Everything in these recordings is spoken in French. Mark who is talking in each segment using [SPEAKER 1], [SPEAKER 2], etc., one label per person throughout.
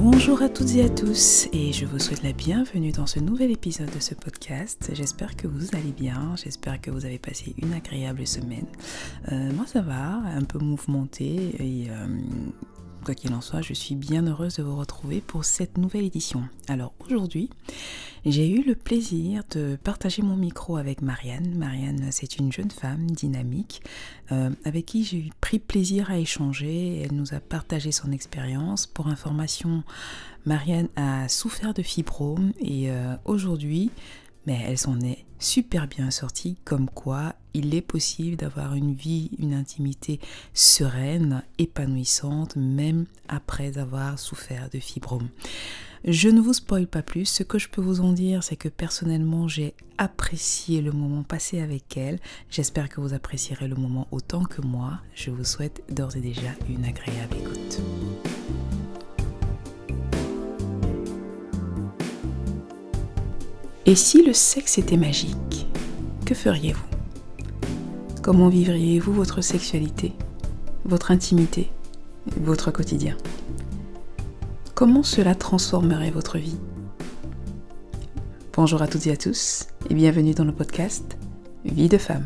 [SPEAKER 1] Bonjour à toutes et à tous et je vous souhaite la bienvenue dans ce nouvel épisode de ce podcast. J'espère que vous allez bien, j'espère que vous avez passé une agréable semaine. Moi ça va, un peu mouvementé et quoi qu'il en soit, je suis bien heureuse de vous retrouver pour cette nouvelle édition. Alors aujourd'hui, j'ai eu le plaisir de partager mon micro avec Marianne. Marianne, c'est une jeune femme dynamique avec qui j'ai pris plaisir à échanger. Elle nous a partagé son expérience. Pour information, Marianne a souffert de fibrome et aujourd'hui, elle s'en est super bien sortie, comme quoi il est possible d'avoir une vie, une intimité sereine, épanouissante, même après avoir souffert de fibrome. Je ne vous spoile pas plus, ce que je peux vous en dire, c'est que personnellement, j'ai apprécié le moment passé avec elle. J'espère que vous apprécierez le moment autant que moi. Je vous souhaite d'ores et déjà une agréable écoute. Et si le sexe était magique, que feriez-vous ? Comment vivriez-vous votre sexualité, votre intimité, votre quotidien ? Comment cela transformerait votre vie ? Bonjour à toutes et à tous et bienvenue dans le podcast Vie de femme.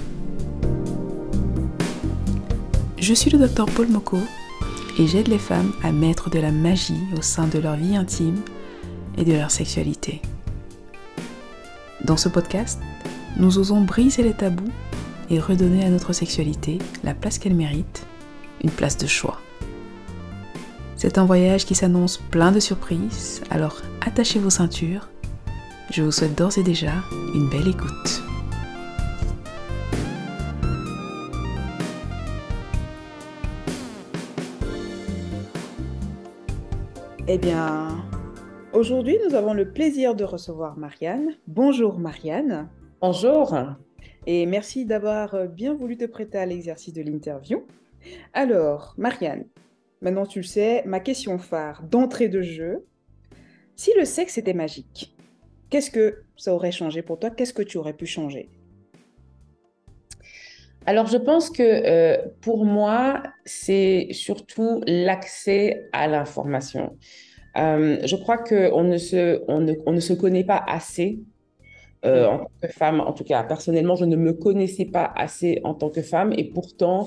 [SPEAKER 1] Je suis le docteur Paul Moko et j'aide les femmes à mettre de la magie au sein de leur vie intime et de leur sexualité. Dans ce podcast, nous osons briser les tabous et redonner à notre sexualité la place qu'elle mérite, une place de choix. C'est un voyage qui s'annonce plein de surprises, alors attachez vos ceintures. Je vous souhaite d'ores et déjà une belle écoute. Eh bien, aujourd'hui, nous avons le plaisir de recevoir Marianne. Bonjour Marianne.
[SPEAKER 2] Bonjour.
[SPEAKER 1] Et merci d'avoir bien voulu te prêter à l'exercice de l'interview. Alors, Marianne, maintenant tu le sais, ma question phare d'entrée de jeu, si le sexe était magique, qu'est-ce que ça aurait changé pour toi ? Qu'est-ce que tu aurais pu changer ?
[SPEAKER 2] Alors, je pense que pour moi, c'est surtout l'accès à l'information. Je crois qu'on on ne se connaît pas assez en tant que femme. En tout cas, personnellement, je ne me connaissais pas assez en tant que femme et pourtant,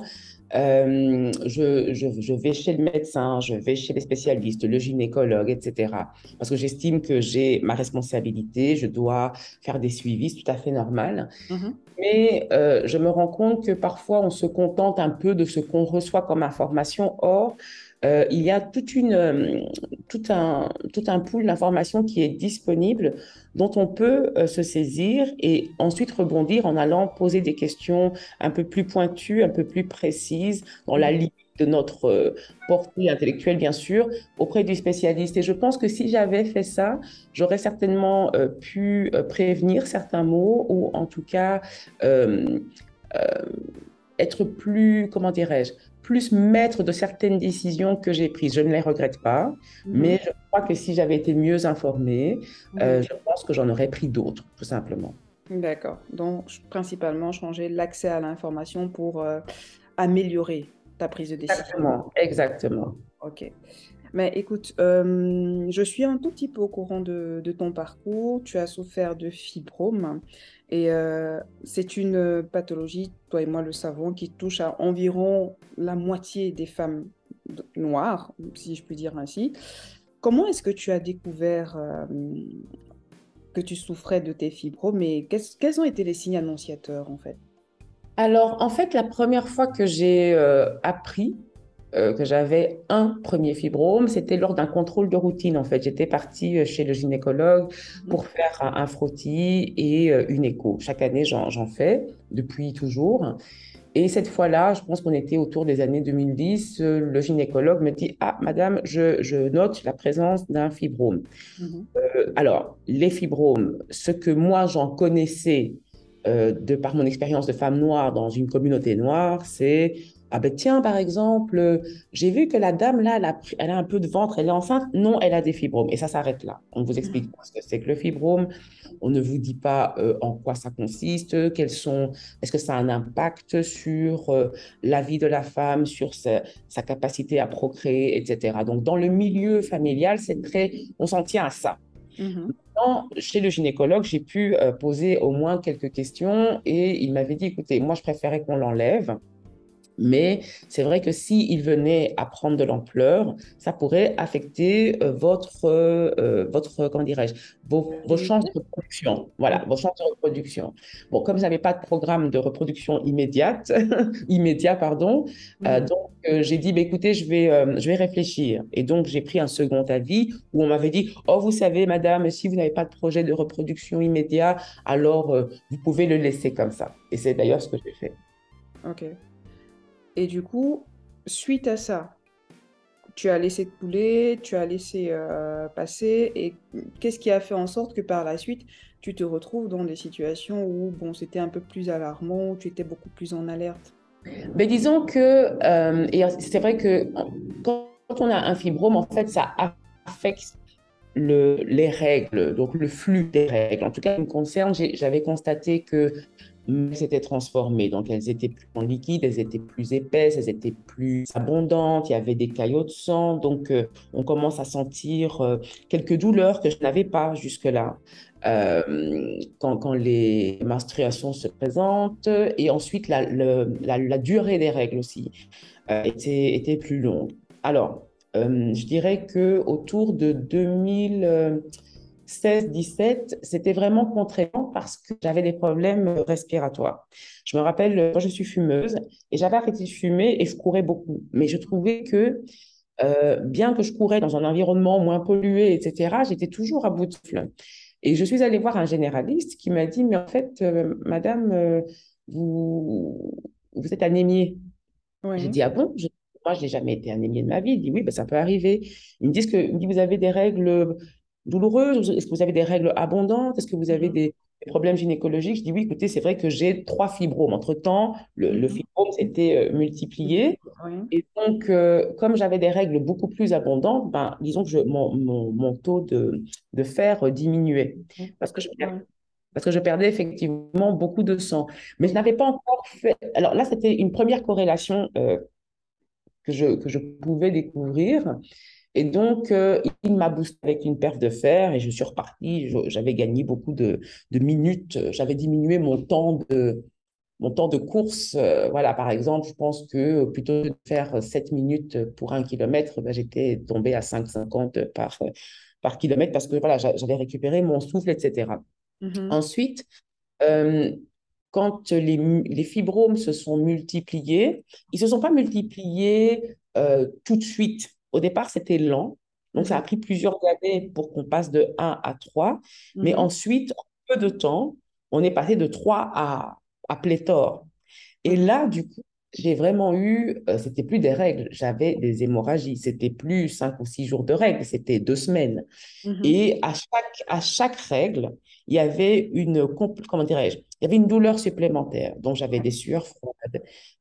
[SPEAKER 2] je vais chez le médecin, je vais chez les spécialistes, le gynécologue, etc. Parce que j'estime que j'ai ma responsabilité, je dois faire des suivis, c'est tout à fait normal. Mais je me rends compte que parfois, on se contente un peu de ce qu'on reçoit comme information. Or, il y a tout un pool d'informations qui est disponible, dont on peut se saisir et ensuite rebondir en allant poser des questions un peu plus pointues, un peu plus précises, dans la limite de notre portée intellectuelle, bien sûr, auprès du spécialiste. Et je pense que si j'avais fait ça, j'aurais certainement pu prévenir certains mots ou en tout cas euh, être plus, comment dirais-je, plus maître de certaines décisions que j'ai prises. Je ne les regrette pas, mais je crois que si j'avais été mieux informée, je pense que j'en aurais pris d'autres, tout simplement.
[SPEAKER 1] D'accord. Donc, principalement, changer l'accès à l'information pour améliorer ta prise de décision.
[SPEAKER 2] Exactement, exactement.
[SPEAKER 1] Ok. Mais écoute, je suis un tout petit peu au courant de ton parcours. Tu as souffert de fibrome et c'est une pathologie, toi et moi le savons, qui touche à environ la moitié des femmes noires, si je puis dire ainsi. Comment est-ce que tu as découvert que tu souffrais de tes fibromes et quels ont été les signes annonciateurs en fait?
[SPEAKER 2] Alors, en fait, la première fois que j'ai appris que j'avais un premier fibrome, c'était lors d'un contrôle de routine. En fait, j'étais partie chez le gynécologue pour faire un frottis et une écho. Chaque année, j'en fais depuis toujours. Et cette fois-là, je pense qu'on était autour des années 2010, le gynécologue me dit: Ah, madame, je note la présence d'un fibrome. Alors, les fibromes, ce que moi j'en connaissais de par mon expérience de femme noire dans une communauté noire, c'est ah ben tiens, par exemple, j'ai vu que la dame, là, elle a un peu de ventre, elle est enceinte. Non, elle a des fibromes. Et ça s'arrête là. On vous explique pas ce que c'est que le fibrome. On ne vous dit pas en quoi ça consiste, est-ce que ça a un impact sur la vie de la femme, sur sa capacité à procréer, etc. Donc, dans le milieu familial, on s'en tient à ça.
[SPEAKER 1] Mhm.
[SPEAKER 2] Chez le gynécologue, j'ai pu poser au moins quelques questions et il m'avait dit, écoutez, moi, je préférais qu'on l'enlève. Mais c'est vrai que s'il venait à prendre de l'ampleur, ça pourrait affecter comment dirais-je, vos chances
[SPEAKER 1] Fertilité?
[SPEAKER 2] de reproduction. Voilà,
[SPEAKER 1] Ok.
[SPEAKER 2] vos chances de reproduction. Bon, comme je n'avais pas de programme de reproduction immédiat, pardon,
[SPEAKER 1] Mhm.
[SPEAKER 2] donc j'ai dit, bah, écoutez, je vais réfléchir. Et donc, j'ai pris un second avis où on m'avait dit, oh, vous savez, madame, si vous n'avez pas de projet de reproduction immédiat, alors vous pouvez le laisser comme ça. Et c'est d'ailleurs ce que j'ai fait.
[SPEAKER 1] Ok. Et du coup, suite à ça, tu as laissé couler, tu as laissé passer, et qu'est-ce qui a fait en sorte que par la suite, tu te retrouves dans des situations où, bon, c'était un peu plus alarmant, où tu étais beaucoup plus en alerte?
[SPEAKER 2] Mais disons que, et c'est vrai que quand on a un fibrome, en fait, ça affecte les règles, donc le flux des règles. En tout cas, ce qui me concerne, j'avais constaté que s'étaient transformées. Donc, elles étaient plus en liquide, elles étaient plus épaisses, elles étaient plus abondantes, il y avait des caillots de sang. Donc, on commence à sentir quelques douleurs que je n'avais pas jusque-là. Quand les menstruations se présentent et ensuite la durée des règles aussi était plus longue. Alors, je dirais que autour de 2016-17, c'était vraiment contraignant parce que j'avais des problèmes respiratoires. Je me rappelle, quand je suis fumeuse, et j'avais arrêté de fumer et je courais beaucoup. Mais je trouvais que, bien que je courais dans un environnement moins pollué, etc., j'étais toujours à bout de souffle. Et je suis allée voir un généraliste qui m'a dit, mais en fait, madame, vous, vous êtes anémiée. J'ai
[SPEAKER 1] Oui.
[SPEAKER 2] dit, ah bon? Moi, je n'ai jamais été anémiée de ma vie. Il dit, oui, ben, ça peut arriver. Il me dit, vous avez des règles douloureuses? Est-ce que vous avez des règles abondantes? Est-ce que vous avez
[SPEAKER 1] Mhm.
[SPEAKER 2] des problèmes gynécologiques? Je dis, oui, écoutez, c'est vrai que j'ai 3 fibromes. Entre-temps, le
[SPEAKER 1] Mhm.
[SPEAKER 2] fibrome s'était multiplié.
[SPEAKER 1] Oui.
[SPEAKER 2] Et donc, comme j'avais des règles beaucoup plus abondantes, ben, disons que mon taux de fer diminuait. Parce que je,
[SPEAKER 1] Ouais.
[SPEAKER 2] parce que je perdais effectivement beaucoup de sang. Mais je n'avais pas encore fait. Alors là, c'était une première corrélation que je pouvais découvrir. Et donc, il m'a boosté avec une perte de fer et je suis repartie. J'avais gagné beaucoup de minutes. J'avais diminué mon temps de course. Voilà, par exemple, je pense que plutôt que de faire 7 minutes pour 1 kilomètre, ben, j'étais tombée à 5,50 par kilomètre parce que voilà, j'avais récupéré mon souffle, etc.
[SPEAKER 1] Mhm.
[SPEAKER 2] Ensuite, euh, quand les fibromes se sont multipliés, ils ne se sont pas multipliés tout de suite. Au départ, c'était lent. Donc, ça a
[SPEAKER 1] Mhm.
[SPEAKER 2] pris plusieurs années pour qu'on passe de 1 à 3. Mais
[SPEAKER 1] Mhm.
[SPEAKER 2] ensuite, en peu de temps, on est passé de 3 à pléthore. Et
[SPEAKER 1] Mhm.
[SPEAKER 2] là, du coup, j'ai vraiment eu, c'était plus des règles, j'avais des hémorragies. C'était plus 5 ou 6 jours de règles, c'était 2 semaines.
[SPEAKER 1] Mhm.
[SPEAKER 2] Et à chaque règle, il y avait comment dirais-je, il y avait une douleur supplémentaire. Donc, j'avais des sueurs froides,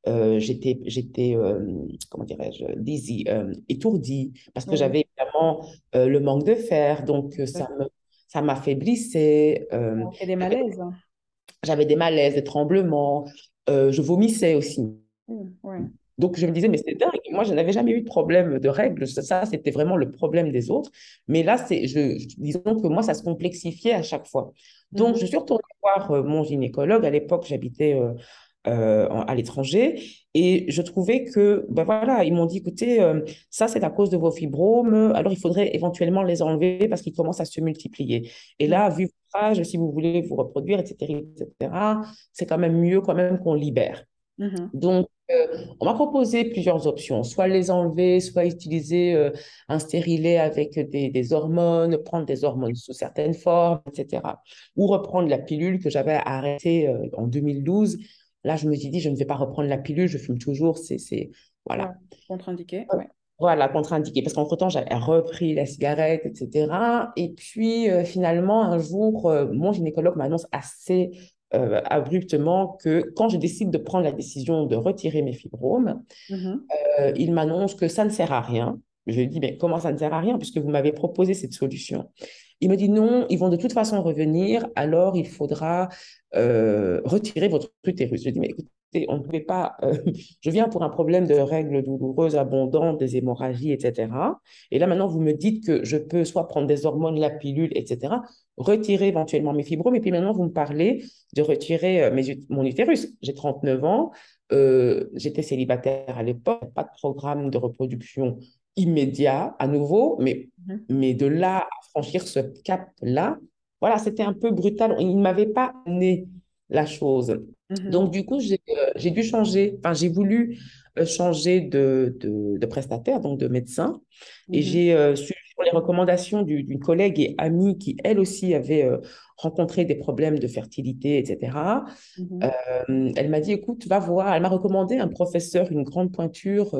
[SPEAKER 2] comment dirais-je, dizzy, étourdie, parce que
[SPEAKER 1] Oui.
[SPEAKER 2] j'avais évidemment le manque de fer. Donc, ça m'affaiblissait.
[SPEAKER 1] On fait des malaises, hein.
[SPEAKER 2] J'avais des malaises, des tremblements. Je vomissais aussi.
[SPEAKER 1] Ouais.
[SPEAKER 2] Donc, je me disais, mais c'est dingue. Moi, je n'avais jamais eu de problème de règles. Ça, c'était vraiment le problème des autres. Mais là, disons que moi, ça se complexifiait à chaque fois. Donc,
[SPEAKER 1] Mhm.
[SPEAKER 2] je suis retournée voir mon gynécologue. À l'époque, j'habitais à l'étranger. Et je trouvais que, ben voilà, ils m'ont dit, écoutez, ça, c'est à cause de vos fibromes. Alors, il faudrait éventuellement les enlever parce qu'ils commencent à se multiplier. Et
[SPEAKER 1] Mhm.
[SPEAKER 2] là, vu votre âge, si vous voulez vous reproduire, etc., c'est quand même mieux quand même qu'on libère.
[SPEAKER 1] Mhm.
[SPEAKER 2] Donc, on m'a proposé plusieurs options, soit les enlever, soit utiliser un stérilet avec des hormones, prendre des hormones sous certaines formes, etc. Ou reprendre la pilule que j'avais arrêtée en 2012. Là, je me suis dit, je ne vais pas reprendre la pilule, je fume toujours,
[SPEAKER 1] Ouais.
[SPEAKER 2] voilà.
[SPEAKER 1] Contre-indiqué, ouais.
[SPEAKER 2] Voilà, contre-indiqué. Parce qu'entre-temps, j'avais repris la cigarette, etc. Et puis, finalement, un jour, mon gynécologue m'annonce assez abruptement que quand je décide de prendre la décision de retirer mes fibromes,
[SPEAKER 1] Mhm.
[SPEAKER 2] il m'annonce que ça ne sert à rien. Je lui dis, mais comment ça ne sert à rien puisque vous m'avez proposé cette solution? Il me dit non, ils vont de toute façon revenir, alors il faudra retirer votre utérus. Je dis, mais écoutez, on ne pouvait pas. Je viens pour un problème de règles douloureuses, abondantes, des hémorragies, etc. Et là, maintenant, vous me dites que je peux soit prendre des hormones, la pilule, etc., retirer éventuellement mes fibromes. Et puis maintenant, vous me parlez de retirer mon utérus. J'ai 39 ans, j'étais célibataire à l'époque, pas de programme de reproduction immédiat à nouveau,
[SPEAKER 1] Mhm.
[SPEAKER 2] mais de là à franchir ce cap-là, voilà, c'était un peu brutal. Il ne m'avait pas amené la chose.
[SPEAKER 1] Mhm.
[SPEAKER 2] Donc, du coup, j'ai dû changer, enfin, j'ai voulu changer de prestataire, donc de médecin. Et
[SPEAKER 1] Mhm.
[SPEAKER 2] j'ai suivi les recommandations d'une collègue et amie qui, elle aussi, avait rencontré des problèmes de fertilité, etc.
[SPEAKER 1] Mhm.
[SPEAKER 2] Elle m'a dit, écoute, va voir. Elle m'a recommandé un professeur, une grande pointure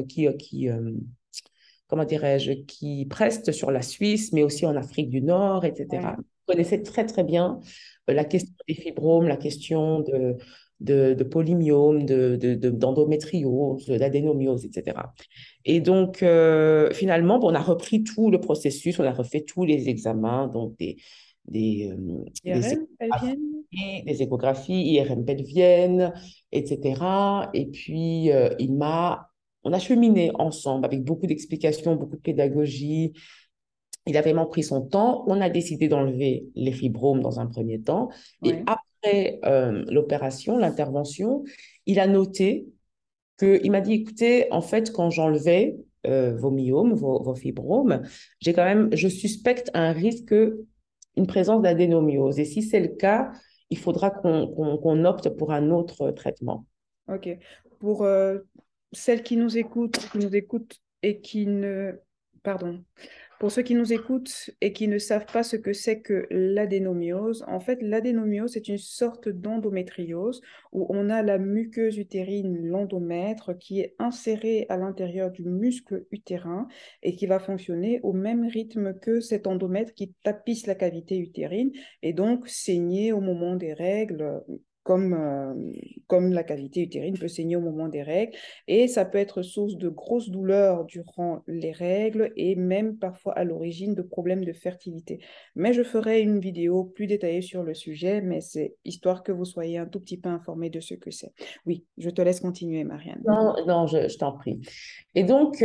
[SPEAKER 2] comment dirais-je, qui preste sur la Suisse, mais aussi en Afrique du Nord, etc.
[SPEAKER 1] Ouais.
[SPEAKER 2] Je connaissais très, très bien la question des fibromes, la question de polymyome, d'endométriose, d'adénomiose, etc. Et donc, finalement, bon, on a repris tout le processus, on a refait tous les examens, donc des
[SPEAKER 1] IRM, elles viennent?
[SPEAKER 2] des échographies, IRM pelvienne, etc. Et puis, on a cheminé ensemble avec beaucoup d'explications, beaucoup de pédagogie. Il a vraiment pris son temps. On a décidé d'enlever les fibromes dans un premier temps. Et
[SPEAKER 1] Ouais.
[SPEAKER 2] après l'opération, l'intervention, il a noté il m'a dit, écoutez, en fait, quand j'enlevais vos myomes, vos fibromes, je suspecte un risque, une présence d'adénomiose. Et si c'est le cas, il faudra qu'on opte pour un autre traitement.
[SPEAKER 1] Ok. Pour celles qui nous écoutent et qui ne... Pardon. Pour ceux qui nous écoutent et qui ne savent pas ce que c'est que l'adénomiose, en fait, l'adénomiose est une sorte d'endométriose où on a la muqueuse utérine, l'endomètre, qui est insérée à l'intérieur du muscle utérin et qui va fonctionner au même rythme que cet endomètre qui tapisse la cavité utérine et donc saigner au moment des règles. Comme la cavité utérine peut saigner au moment des règles, et ça peut être source de grosses douleurs durant les règles et même parfois à l'origine de problèmes de fertilité. Mais je ferai une vidéo plus détaillée sur le sujet, mais c'est histoire que vous soyez un tout petit peu informés de ce que c'est. Oui, je te laisse continuer, Marianne.
[SPEAKER 2] Non, non, je t'en prie. Et donc,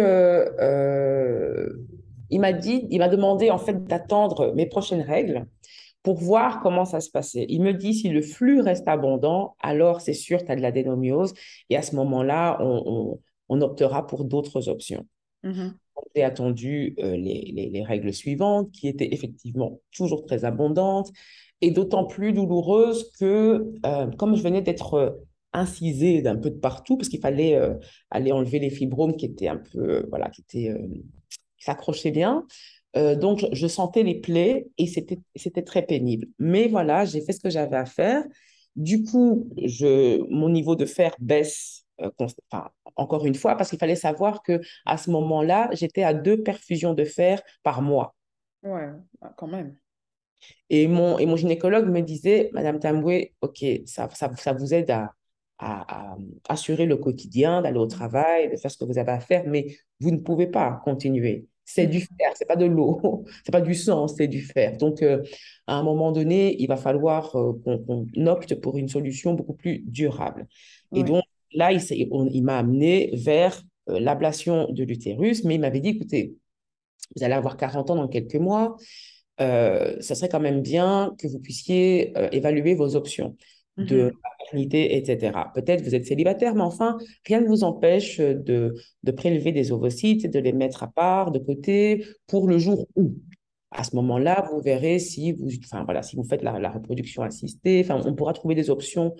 [SPEAKER 2] il m'a demandé en fait d'attendre mes prochaines règles pour voir comment ça se passait. Il me dit, si le flux reste abondant, alors c'est sûr, tu as de l'adénomiose. Et à ce moment-là, on optera pour d'autres options.
[SPEAKER 1] Mhm.
[SPEAKER 2] J'ai attendu les règles suivantes, qui étaient effectivement toujours très abondantes et d'autant plus douloureuses que, comme je venais d'être incisée d'un peu de partout, parce qu'il fallait aller enlever les fibromes qui étaient un peu, voilà, qui s'accrochaient bien. Donc, je sentais les plaies et c'était très pénible. Mais voilà, j'ai fait ce que j'avais à faire. Du coup, mon niveau de fer baisse, enfin, encore une fois, parce qu'il fallait savoir que à ce moment-là, j'étais à 2 perfusions de fer par mois.
[SPEAKER 1] Ouais, ah, quand même.
[SPEAKER 2] Et mon gynécologue me disait, Madame Tamboué, OK, ça vous aide à assurer le quotidien, d'aller au travail, de faire ce que vous avez à faire, mais vous ne pouvez pas continuer. C'est du
[SPEAKER 1] Mhm.
[SPEAKER 2] fer, c'est pas de l'eau, c'est pas du sang, c'est du fer. Donc, à un moment donné, il va falloir qu'on opte pour une solution beaucoup plus durable. Et
[SPEAKER 1] Ouais.
[SPEAKER 2] donc, là, il m'a amené vers l'ablation de l'utérus, mais il m'avait dit, écoutez, vous allez avoir 40 ans dans quelques mois, ça serait quand même bien que vous puissiez évaluer vos options de
[SPEAKER 1] Mhm.
[SPEAKER 2] maternité, etc. Peut-être vous êtes célibataire, mais enfin, rien ne vous empêche de prélever des ovocytes, de les mettre à part, de côté, pour le jour où. À ce moment-là, vous verrez enfin, voilà, si vous faites la reproduction assistée, enfin, on pourra trouver des options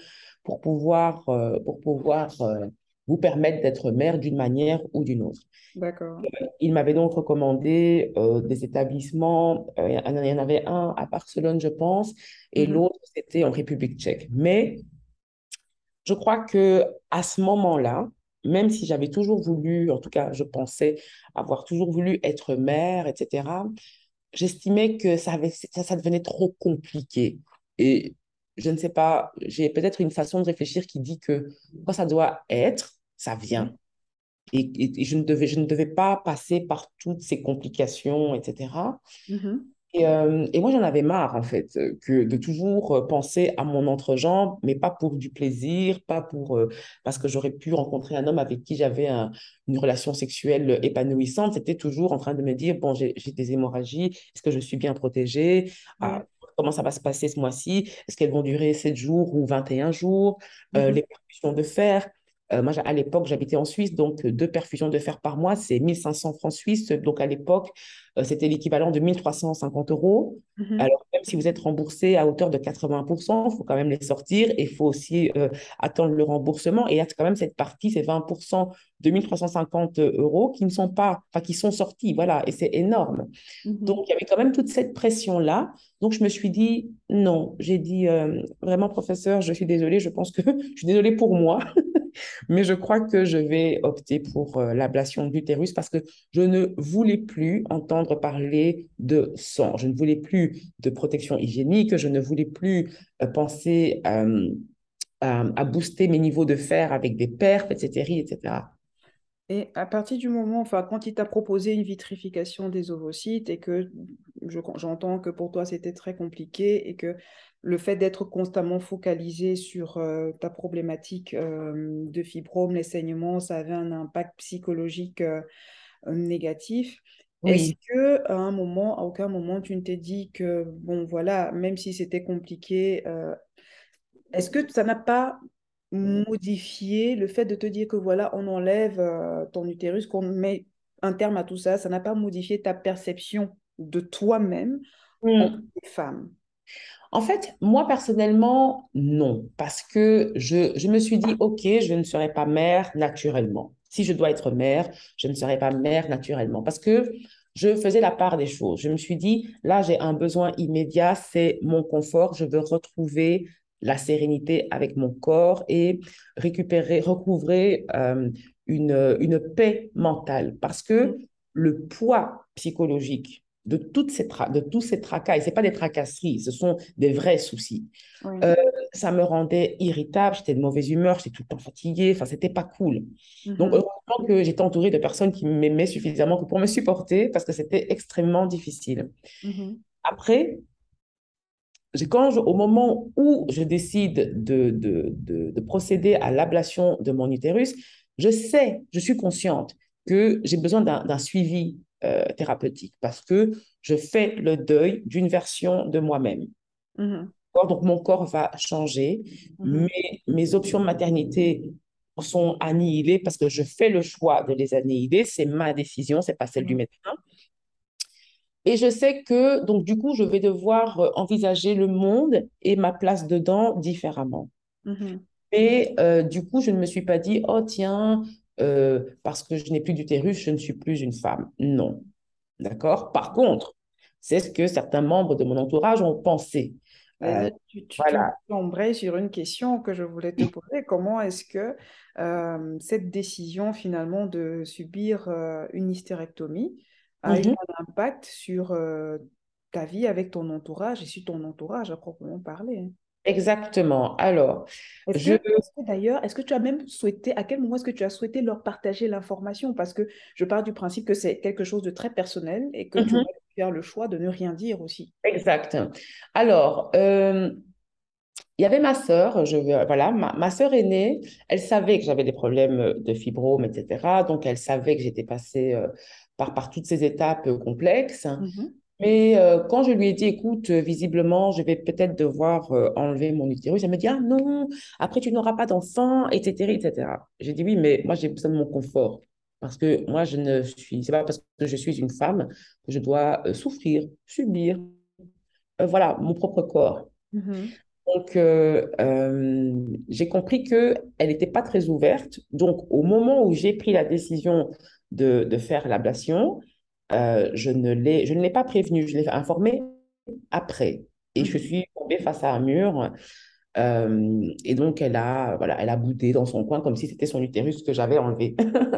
[SPEAKER 2] pour pouvoir vous permettre d'être mère d'une manière ou d'une autre.
[SPEAKER 1] D'accord.
[SPEAKER 2] Il m'avait donc recommandé des établissements. Il y en avait un à Barcelone, je pense, et
[SPEAKER 1] Mhm.
[SPEAKER 2] l'autre, c'était en République tchèque. Mais je crois que à ce moment-là, même si j'avais toujours voulu, en tout cas, je pensais avoir toujours voulu être mère, etc., j'estimais que ça devenait trop compliqué. Et je ne sais pas, j'ai peut-être une façon de réfléchir qui dit que quand ça doit être, ça vient. Et je ne devais pas passer par toutes ces complications, etc.
[SPEAKER 1] Mhm.
[SPEAKER 2] Et moi, j'en avais marre, en fait, que de toujours penser à mon entrejambe, mais pas pour du plaisir, pas pour, parce que j'aurais pu rencontrer un homme avec qui j'avais une relation sexuelle épanouissante. C'était toujours en train de me dire, bon, j'ai des hémorragies, est-ce que je suis bien protégée?
[SPEAKER 1] Ouais.
[SPEAKER 2] Comment ça va se passer ce mois-ci? Est-ce qu'elles vont durer 7 jours ou 21 jours?
[SPEAKER 1] Mhm.
[SPEAKER 2] Les perfusions de fer. Moi, à l'époque, j'habitais en Suisse, donc 2 perfusions de fer par mois, c'est 1500 francs suisses. Donc, à l'époque, c'était l'équivalent de 1 350 euros.
[SPEAKER 1] Mhm.
[SPEAKER 2] Alors, même si vous êtes remboursé à hauteur de 80%, il faut quand même les sortir et il faut aussi attendre le remboursement. Et il y a quand même cette partie, ces 20% de 1 350 euros qui ne sont pas, enfin, qui sont sortis. Voilà, et c'est énorme.
[SPEAKER 1] Mhm.
[SPEAKER 2] Donc, il y avait quand même toute cette pression-là. Donc, je me suis dit, non, j'ai dit, vraiment, professeur, je suis désolée, je pense que je suis désolée pour moi, mais je crois que je vais opter pour l'ablation de l'utérus parce que je ne voulais plus entendre parler de sang. Je ne voulais plus de protection hygiénique. Je ne voulais plus penser à booster mes niveaux de fer avec des perfs, etc., etc.
[SPEAKER 1] Et à partir du moment, enfin, quand il t'a proposé une vitrification des ovocytes et que j'entends que pour toi c'était très compliqué et que le fait d'être constamment focalisé sur ta problématique de fibrome, les saignements, ça avait un impact psychologique négatif. Est-ce
[SPEAKER 2] Oui.
[SPEAKER 1] que à un moment, à aucun moment, tu ne t'es dit que, bon, voilà, même si c'était compliqué, est-ce que ça n'a pas modifié le fait de te dire que voilà, on enlève ton utérus, qu'on met un terme à tout ça, ça n'a pas modifié ta perception de toi-même en tant
[SPEAKER 2] Hmm.
[SPEAKER 1] que femme?
[SPEAKER 2] En fait, moi personnellement, non, parce que je me suis dit, OK, je ne serai pas mère naturellement. Si je dois être mère, je ne serai pas mère naturellement, parce que je faisais la part des choses. Je me suis dit, là, j'ai un besoin immédiat, c'est mon confort. Je veux retrouver la sérénité avec mon corps et récupérer, recouvrer une paix mentale, parce que le poids psychologique de tous ces tracas, et ce n'est pas des tracasseries, ce sont des vrais soucis.
[SPEAKER 1] Oui.
[SPEAKER 2] Euh, Ça me rendait irritable, j'étais de mauvaise humeur, j'étais tout le temps fatiguée, enfin, c'était pas cool. Donc,
[SPEAKER 1] Mhm.
[SPEAKER 2] heureusement que j'étais entourée de personnes qui m'aimaient suffisamment que pour me supporter, parce que c'était extrêmement difficile.
[SPEAKER 1] Mhm.
[SPEAKER 2] Après, au moment où je décide de procéder à l'ablation de mon utérus, je suis consciente que j'ai besoin d'un suivi thérapeutique parce que je fais le deuil d'une version de moi-même.
[SPEAKER 1] Mhm.
[SPEAKER 2] Donc, mon corps va changer,
[SPEAKER 1] Mhm.
[SPEAKER 2] mais mes options de maternité sont annihilées parce que je fais le choix de les annihiler. C'est ma décision, c'est pas celle du
[SPEAKER 1] Mhm.
[SPEAKER 2] médecin. Et je sais que, donc, du coup, je vais devoir envisager le monde et ma place dedans différemment.
[SPEAKER 1] Mhm.
[SPEAKER 2] Et du coup, je ne me suis pas dit, oh tiens, parce que je n'ai plus d'utérus, je ne suis plus une femme. Non. D'accord? Par contre, c'est ce que certains membres de mon entourage ont pensé.
[SPEAKER 1] Mais
[SPEAKER 2] Euh,
[SPEAKER 1] là, tu
[SPEAKER 2] voilà.
[SPEAKER 1] embrayes sur une question que je voulais te poser. Comment est-ce que cette décision finalement de subir une hystérectomie a eu
[SPEAKER 2] Mhm.
[SPEAKER 1] un impact sur ta vie avec ton entourage et sur ton entourage à proprement parler, hein?
[SPEAKER 2] Exactement. Alors, je...
[SPEAKER 1] Est-ce que d'ailleurs, est-ce que tu as même souhaité, à quel moment est-ce que tu as souhaité leur partager l'information? Parce que je pars du principe que c'est quelque chose de très personnel et que tu
[SPEAKER 2] Mhm.
[SPEAKER 1] aurais pu faire le choix de ne rien dire aussi.
[SPEAKER 2] Exact. Alors, il y avait ma sœur, voilà, ma sœur aînée, elle savait que j'avais des problèmes de fibrome, etc. Donc, elle savait que j'étais passée par toutes ces étapes complexes.
[SPEAKER 1] Mhm.
[SPEAKER 2] Mais quand je lui ai dit, écoute, visiblement, je vais peut-être devoir enlever mon utérus, elle me dit, ah non, après tu n'auras pas d'enfant, etc., etc. J'ai dit, oui, mais moi j'ai besoin de mon confort. Parce que moi, c'est pas parce que je suis une femme que je dois souffrir, subir, voilà, mon propre corps.
[SPEAKER 1] Mhm.
[SPEAKER 2] Donc, j'ai compris qu'elle n'était pas très ouverte. Donc, au moment où j'ai pris la décision de faire l'ablation, je ne l'ai pas prévenue, je l'ai informée après. Et je
[SPEAKER 1] Mhm.
[SPEAKER 2] suis tombée face à un mur. Et donc, voilà, elle a boudé dans son coin comme si c'était son utérus que j'avais enlevé.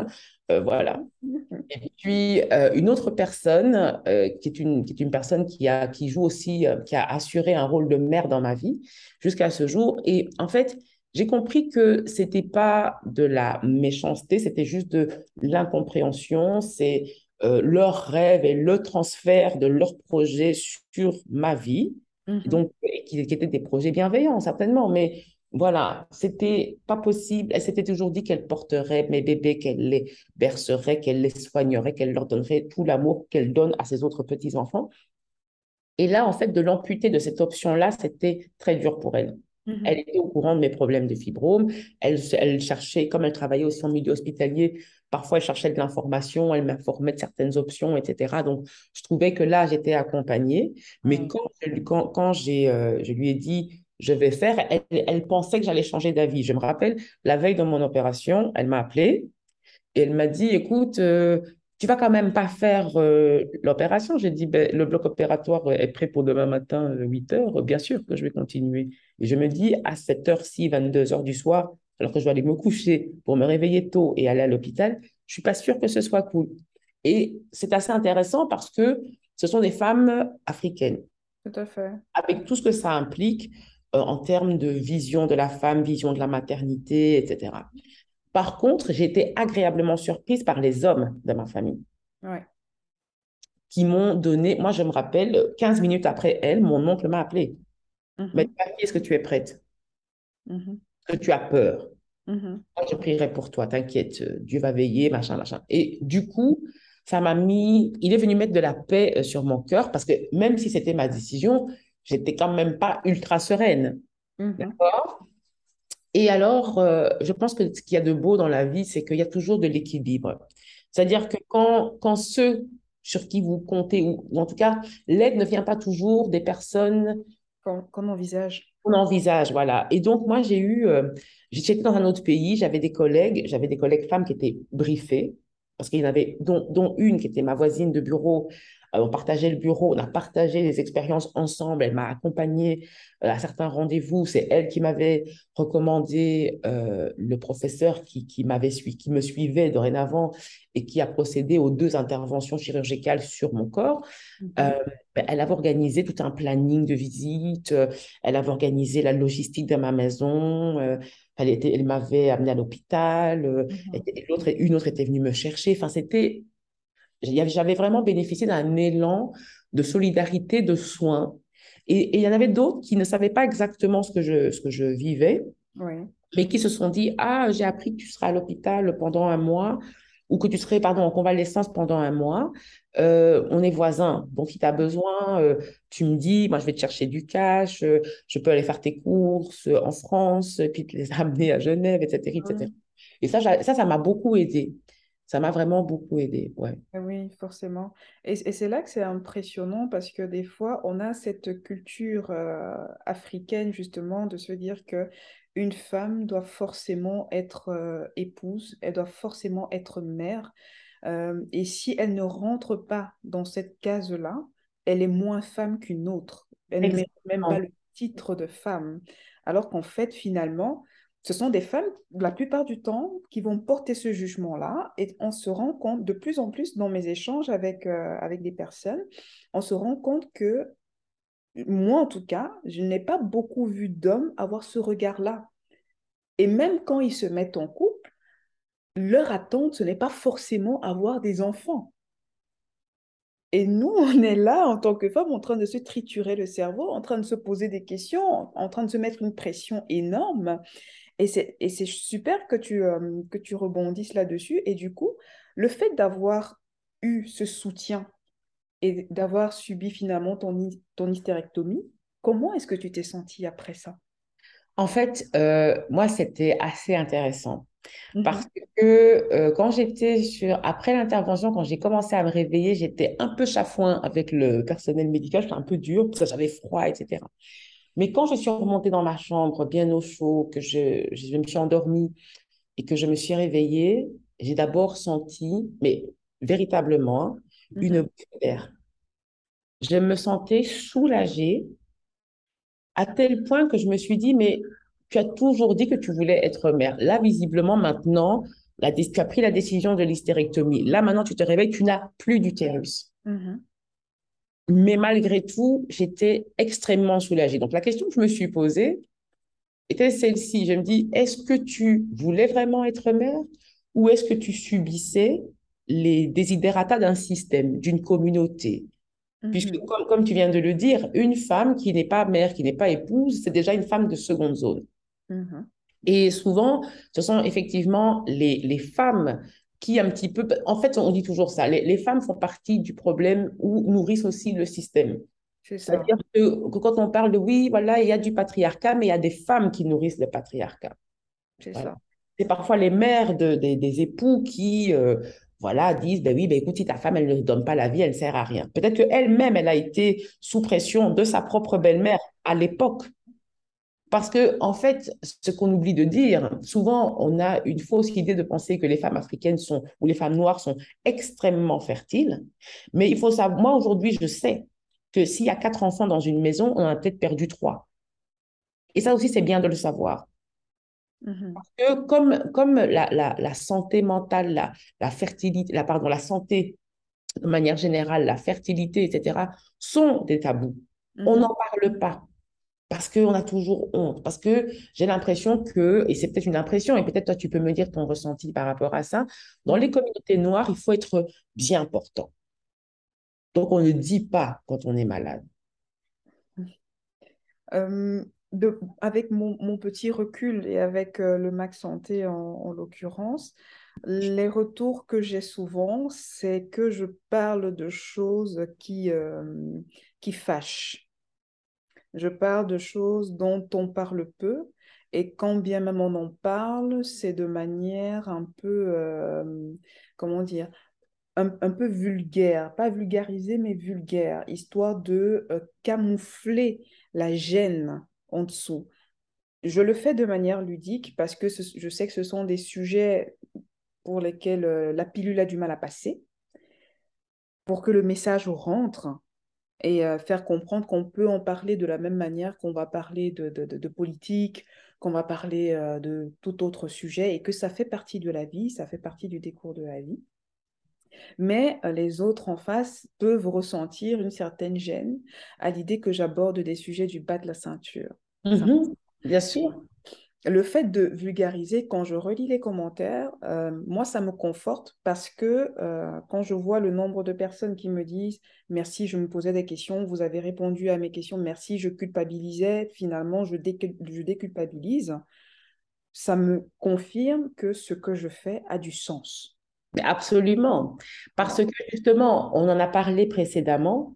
[SPEAKER 2] Voilà. Et puis, une autre personne, qui est une personne qui joue aussi, qui a assuré un rôle de mère dans ma vie jusqu'à ce jour. Et en fait, j'ai compris que c'était pas de la méchanceté, c'était juste de l'incompréhension. C'est leur rêve et le transfert de leurs projets sur ma vie. Et
[SPEAKER 1] Mhm.
[SPEAKER 2] donc, qui étaient des projets bienveillants, certainement, mais voilà, c'était pas possible. Elle s'était toujours dit qu'elle porterait mes bébés, qu'elle les bercerait, qu'elle les soignerait, qu'elle leur donnerait tout l'amour qu'elle donne à ses autres petits-enfants. Et là, en fait, de l'amputer de cette option-là, c'était très dur pour elle. Elle
[SPEAKER 1] Mhm.
[SPEAKER 2] était au courant de mes problèmes de fibrome. Elle cherchait, comme elle travaillait aussi en milieu hospitalier, parfois elle cherchait de l'information, elle m'informait de certaines options, etc. Donc, je trouvais que là, j'étais accompagnée. Mais
[SPEAKER 1] Ouais.
[SPEAKER 2] quand je lui ai dit, je vais faire, elle pensait que j'allais changer d'avis. Je me rappelle, la veille de mon opération, elle m'a appelée. Et elle m'a dit, écoute, tu vas quand même pas faire l'opération. J'ai dit, ben, le bloc opératoire est prêt pour demain matin, 8 heures. Bien sûr que je vais continuer. Et je me dis, à cette heure-ci, 22 heures du soir, alors que je dois aller me coucher pour me réveiller tôt et aller à l'hôpital, je suis pas sûre que ce soit cool. Et c'est assez intéressant parce que ce sont des femmes africaines,
[SPEAKER 1] Tout à fait.
[SPEAKER 2] avec tout ce que ça implique en termes de vision de la femme, vision de la maternité, etc. Par contre, j'ai été agréablement surprise par les hommes de ma famille
[SPEAKER 1] Ouais.
[SPEAKER 2] qui m'ont donné, moi je me rappelle, 15 minutes après elle, mon oncle m'a appelé. Il m'a dit,
[SPEAKER 1] Mhm.
[SPEAKER 2] est-ce que tu es prête?
[SPEAKER 1] Mhm.
[SPEAKER 2] Est-ce que tu as peur?
[SPEAKER 1] Mhm.
[SPEAKER 2] Moi, je prierai pour toi, t'inquiète, Dieu va veiller, machin, machin. Et du coup, il est venu mettre de la paix sur mon cœur parce que même si c'était ma décision, j'étais quand même pas ultra sereine.
[SPEAKER 1] Mhm.
[SPEAKER 2] D'accord. Et alors, je pense que ce qu'il y a de beau dans la vie, c'est qu'il y a toujours de l'équilibre. C'est-à-dire que quand ceux sur qui vous comptez, ou en tout cas, l'aide ne vient pas toujours des personnes
[SPEAKER 1] Qu'on envisage.
[SPEAKER 2] qu'on envisage, voilà. Et donc, moi, j'étais dans un autre pays, j'avais des collègues femmes qui étaient briefées, parce qu'il y en avait, dont une qui était ma voisine de bureau. On partageait le bureau, on a partagé les expériences ensemble. Elle m'a accompagnée à certains rendez-vous. C'est elle qui m'avait recommandé le professeur qui me suivait dorénavant et qui a procédé aux 2 interventions chirurgicales sur mon corps. Euh,
[SPEAKER 1] Mhm.
[SPEAKER 2] Elle avait organisé tout un planning de visite, elle avait organisé la logistique de ma maison, elle m'avait amené à l'hôpital,
[SPEAKER 1] Mhm.
[SPEAKER 2] une autre était venue me chercher. Enfin, j'avais vraiment bénéficié d'un élan de solidarité, de soins. Et il y en avait d'autres qui ne savaient pas exactement ce que je vivais,
[SPEAKER 1] Oui.
[SPEAKER 2] mais qui se sont dit, ah, j'ai appris que tu seras à l'hôpital pendant un mois, ou que tu serais, pardon, en convalescence pendant un mois. On est voisins, donc si tu as besoin, tu me dis, moi je vais te chercher du cash, je peux aller faire tes courses en France, puis te les amener à Genève, etc., etc.
[SPEAKER 1] Mhm.
[SPEAKER 2] Et ça m'a beaucoup aidé. Ça m'a vraiment beaucoup aidé, ouais.
[SPEAKER 1] Ah oui, forcément. Et c'est là que c'est impressionnant parce que des fois, on a cette culture africaine justement de se dire que une femme doit forcément être épouse, elle doit forcément être mère. Et si elle ne rentre pas dans cette case-là, elle est moins femme qu'une autre. Elle ne mérite même pas
[SPEAKER 2] Exactement.
[SPEAKER 1] le titre de femme. Alors qu'en fait, finalement, ce sont des femmes, la plupart du temps, qui vont porter ce jugement-là. Et on se rend compte, de plus en plus dans mes échanges avec des personnes, on se rend compte que, moi en tout cas, je n'ai pas beaucoup vu d'hommes avoir ce regard-là. Et même quand ils se mettent en couple, leur attente, ce n'est pas forcément avoir des enfants. Et nous, on est là en tant que femmes en train de se triturer le cerveau, en train de se poser des questions, en train de se mettre une pression énorme. Et c'est super que tu rebondisses là-dessus. Et du coup, le fait d'avoir eu ce soutien et d'avoir subi finalement ton hystérectomie, comment est-ce que tu t'es sentie après ça?
[SPEAKER 2] En fait, moi, c'était assez intéressant parce
[SPEAKER 1] Mhm.
[SPEAKER 2] que après l'intervention, quand j'ai commencé à me réveiller, j'étais un peu chafouin avec le personnel médical, j'étais un peu dure parce que j'avais froid, etc. Mais quand je suis remontée dans ma chambre, bien au chaud, que je me suis endormie et que je me suis réveillée, j'ai d'abord senti, mais véritablement, une
[SPEAKER 1] Mhm.
[SPEAKER 2] bouffée d'air. Je me sentais soulagée à tel point que je me suis dit, mais tu as toujours dit que tu voulais être mère. Là, visiblement, maintenant, tu as pris la décision de l'hystérectomie. Là, maintenant, tu te réveilles, tu n'as plus d'utérus.
[SPEAKER 1] Mhm.
[SPEAKER 2] Mais malgré tout, j'étais extrêmement soulagée. Donc, la question que je me suis posée était celle-ci. Je me dis, est-ce que tu voulais vraiment être mère ou est-ce que tu subissais les desiderata d'un système, d'une communauté? Puisque,
[SPEAKER 1] Mhm.
[SPEAKER 2] comme tu viens de le dire, une femme qui n'est pas mère, qui n'est pas épouse, c'est déjà une femme de seconde zone.
[SPEAKER 1] Mhm.
[SPEAKER 2] Et souvent, ce sont effectivement les femmes qui un petit peu... En fait, on dit toujours ça, les femmes font partie du problème ou nourrissent aussi le système.
[SPEAKER 1] C'est ça.
[SPEAKER 2] C'est-à-dire que quand on parle de oui, voilà, il y a du patriarcat, mais il y a des femmes qui nourrissent le patriarcat.
[SPEAKER 1] C'est
[SPEAKER 2] Voilà.
[SPEAKER 1] ça.
[SPEAKER 2] C'est parfois les mères des époux qui voilà, disent, ben oui, ben écoute, si ta femme, elle ne donne pas la vie, elle ne sert à rien. Peut-être qu'elle-même, elle a été sous pression de sa propre belle-mère à l'époque. Parce que, en fait, ce qu'on oublie de dire, souvent, on a une fausse idée de penser que les femmes africaines sont, ou les femmes noires sont extrêmement fertiles. Mais il faut savoir, moi, aujourd'hui, je sais que s'il y a 4 enfants dans une maison, on en a peut-être perdu 3. Et ça aussi, c'est bien de le savoir.
[SPEAKER 1] Mhm.
[SPEAKER 2] Que comme la santé mentale, la fertilité, pardon, la santé de manière générale, la fertilité, etc., sont des tabous. On
[SPEAKER 1] Mhm.
[SPEAKER 2] n'en parle pas parce qu'on a toujours honte, parce que j'ai l'impression que, et c'est peut-être une impression, et peut-être toi tu peux me dire ton ressenti par rapport à ça, dans les
[SPEAKER 1] Mhm.
[SPEAKER 2] communautés noires, il faut être bien portant. Donc on ne dit pas quand on est malade.
[SPEAKER 1] Euh, avec mon petit recul et avec le Mac Santé en l'occurrence, les retours que j'ai souvent, c'est que je parle de choses qui fâchent. Je parle de choses dont on parle peu et quand bien même on en parle, c'est de manière un peu, comment dire, un peu vulgaire, pas vulgarisé, mais vulgaire, histoire de camoufler la gêne en dessous. Je le fais de manière ludique parce que je sais que ce sont des sujets pour lesquels la pilule a du mal à passer, pour que le message rentre et faire comprendre qu'on peut en parler de la même manière qu'on va parler de politique, qu'on va parler de tout autre sujet et que ça fait partie de la vie, ça fait partie du décours de la vie. Mais les autres en face peuvent ressentir une certaine gêne à l'idée que j'aborde des sujets du bas de la ceinture. Ça.
[SPEAKER 2] Mhm, bien sûr.
[SPEAKER 1] Le fait de vulgariser, quand je relis les commentaires, moi, ça me conforte parce que quand je vois le nombre de personnes qui me disent merci, je me posais des questions, vous avez répondu à mes questions, merci, je culpabilisais, finalement, je déculpabilise, ça me confirme que ce que je fais a du sens.
[SPEAKER 2] Mais absolument. Parce
[SPEAKER 1] Voilà.
[SPEAKER 2] que justement, on en a parlé précédemment,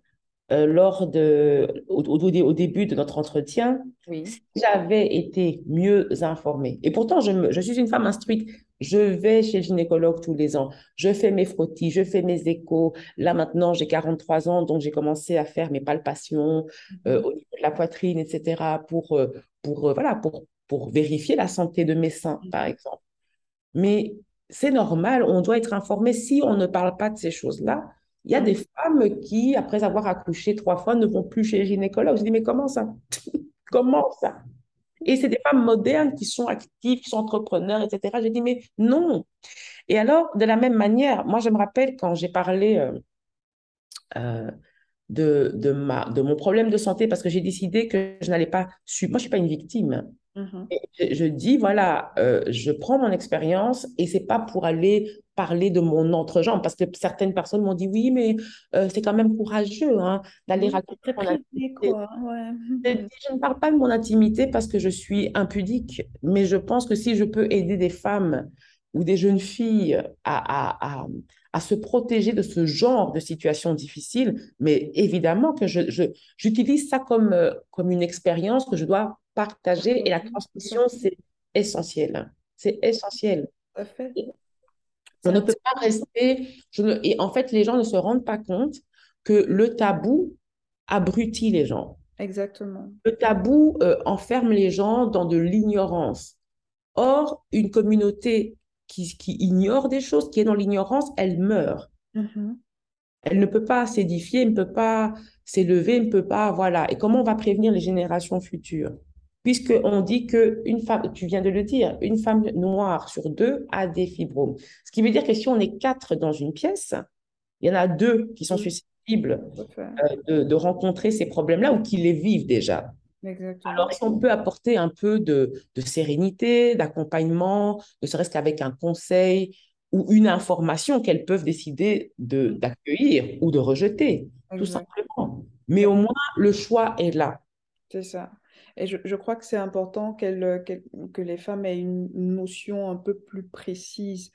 [SPEAKER 2] au début de notre entretien,
[SPEAKER 1] Oui.
[SPEAKER 2] si j'avais été mieux informée, et pourtant je suis une femme instruite, je vais chez le gynécologue tous les ans, je fais mes frottis, je fais mes échos. Là maintenant, j'ai 43 ans, donc j'ai commencé à faire mes palpations
[SPEAKER 1] Mhm.
[SPEAKER 2] au niveau de la poitrine, etc., voilà, pour vérifier la santé de mes seins, par
[SPEAKER 1] Mhm.
[SPEAKER 2] exemple. Mais c'est normal, on doit être informé. Si on ne parle pas de ces choses-là, il y a des
[SPEAKER 1] Mhm.
[SPEAKER 2] femmes qui, après avoir accouché 3 fois, ne vont plus chez le gynécologue. Je dis, mais comment ça? Comment ça? Et c'est des femmes modernes qui sont actives, qui sont entrepreneurs, etc. J'ai dit, mais non. Et alors, de la même manière, moi, je me rappelle quand j'ai parlé euh, de mon problème de santé, parce que j'ai décidé que je n'allais pas suivre. Moi, je ne suis pas une victime.
[SPEAKER 1] Mhm.
[SPEAKER 2] Et je dis, voilà, je prends mon expérience et c'est pas pour aller parler de mon entrejambe, parce que certaines personnes m'ont dit, oui, mais c'est quand même courageux hein, d'aller
[SPEAKER 1] Oui,
[SPEAKER 2] raconter
[SPEAKER 1] très
[SPEAKER 2] mon
[SPEAKER 1] privé,
[SPEAKER 2] intimité.
[SPEAKER 1] quoi. Ouais.
[SPEAKER 2] Je dis, je ne parle pas de mon intimité parce que je suis impudique, mais je pense que si je peux aider des femmes ou des jeunes filles à se protéger de ce genre de situation difficile, mais évidemment que j'utilise ça comme une expérience que je dois partager et la
[SPEAKER 1] Tout à
[SPEAKER 2] transmission,
[SPEAKER 1] fait.
[SPEAKER 2] c'est essentiel. C'est essentiel.
[SPEAKER 1] Tout à fait.
[SPEAKER 2] On
[SPEAKER 1] C'est
[SPEAKER 2] ne peut pas
[SPEAKER 1] important.
[SPEAKER 2] rester... et en fait, les gens ne se rendent pas compte que le tabou abrutit les gens.
[SPEAKER 1] Exactement.
[SPEAKER 2] Le tabou enferme les gens dans de l'ignorance. Or, une communauté qui ignore des choses, qui est dans l'ignorance, elle meurt.
[SPEAKER 1] Mhm.
[SPEAKER 2] Elle ne peut pas s'édifier, elle ne peut pas s'élever, elle ne peut pas, voilà. Et comment on va prévenir les générations futures? Puisqu'on dit qu'une femme, tu viens de le dire, une femme noire sur deux a des fibromes. Ce qui veut dire que si on est quatre dans une pièce, il y en a deux qui sont
[SPEAKER 1] Oui,
[SPEAKER 2] susceptibles
[SPEAKER 1] tout à fait.
[SPEAKER 2] de rencontrer ces problèmes-là ou qui les vivent déjà. Alors,
[SPEAKER 1] Exactement.
[SPEAKER 2] si on peut apporter un peu de sérénité, d'accompagnement, ne serait-ce qu'avec un conseil ou une information qu'elles peuvent décider d'accueillir ou de rejeter, tout
[SPEAKER 1] Exact.
[SPEAKER 2] simplement. Mais au moins, le choix est là.
[SPEAKER 1] C'est ça. Et je crois que c'est important que les femmes aient une notion un peu plus précise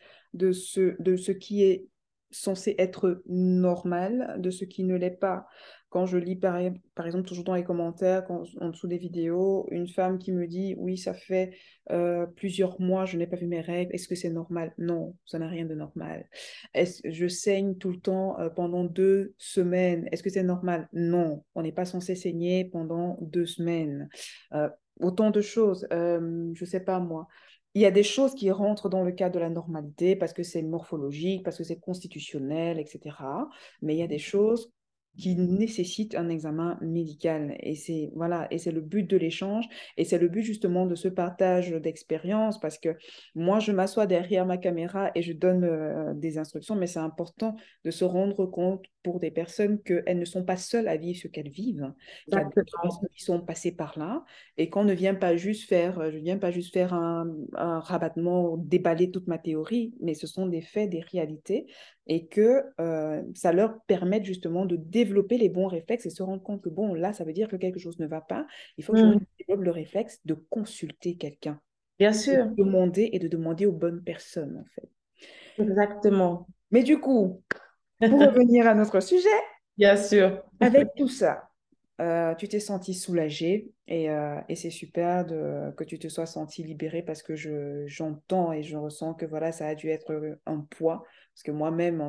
[SPEAKER 1] de ce qui est censé être normal, de ce qui ne l'est pas. Quand je lis, par exemple, toujours dans les commentaires, en dessous des vidéos, une femme qui me dit, oui, ça fait plusieurs mois, je n'ai pas vu mes règles, est-ce que c'est normal? Non, ça n'a rien de normal. Je saigne tout le temps pendant 2 semaines. Est-ce que c'est normal? Non, on n'est pas censé saigner pendant 2 semaines. Euh, Autant de choses. Je ne sais pas moi. Il y a des choses qui rentrent dans le cadre de la normalité parce que c'est morphologique, parce que c'est constitutionnel, etc. Mais il y a des choses qui nécessitent un examen médical. Et c'est voilà, et c'est le but de l'échange, et c'est le but justement de ce partage d'expérience, parce que moi, je m'assois derrière ma caméra et je donne des instructions, mais c'est important de se rendre compte pour des personnes qu'elles ne sont pas seules à vivre ce qu'elles vivent, hein, qu'il y a d'autres
[SPEAKER 2] Exactement.
[SPEAKER 1] personnes qui sont passées par là, et qu'on ne vient pas juste faire, je viens pas juste faire un rabattement, déballer toute ma théorie, mais ce sont des faits, des réalités, et que ça leur permette justement de développer les bons réflexes et se rendre compte que, bon, là, ça veut dire que quelque chose ne va pas, il faut que je
[SPEAKER 2] Hmm.
[SPEAKER 1] développe le réflexe de consulter quelqu'un,
[SPEAKER 2] Bien
[SPEAKER 1] de
[SPEAKER 2] sûr,
[SPEAKER 1] demander et de demander aux bonnes personnes, en fait.
[SPEAKER 2] exactement.
[SPEAKER 1] Mais du coup, pour revenir à notre sujet,
[SPEAKER 2] Bien sûr.
[SPEAKER 1] avec tout ça, tu t'es senti soulagée et c'est super que tu te sois sentie libérée parce que j'entends et je ressens que voilà, ça a dû être un poids. Parce que moi-même,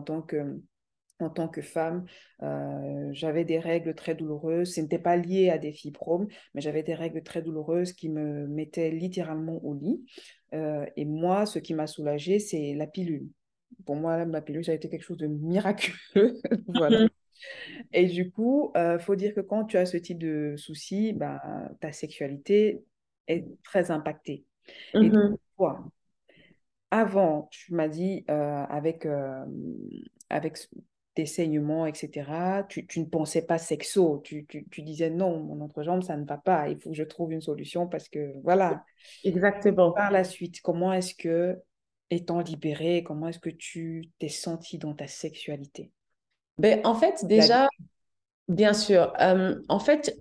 [SPEAKER 1] en tant que femme, j'avais des règles très douloureuses. Ce n'était pas lié à des fibromes, mais j'avais des règles très douloureuses qui me mettaient littéralement au lit. Et moi, ce qui m'a soulagée, c'est la pilule. Pour moi, la pilule, ça a été quelque chose de miraculeux. Voilà. Et du coup, faut dire que quand tu as ce type de soucis, ben, ta sexualité est très impactée. Et donc,
[SPEAKER 2] Mhm.
[SPEAKER 1] toi, avant, tu m'as dit, avec tes saignements, etc., tu ne pensais pas sexo. Tu disais non, mon entrejambe, ça ne va pas. Il faut que je trouve une solution parce que, voilà.
[SPEAKER 2] Exactement.
[SPEAKER 1] Par la suite, comment est-ce que, étant libérée, comment est-ce que tu t'es sentie dans ta sexualité?
[SPEAKER 2] Ben, en fait,
[SPEAKER 1] La vie.
[SPEAKER 2] déjà, bien sûr. En fait,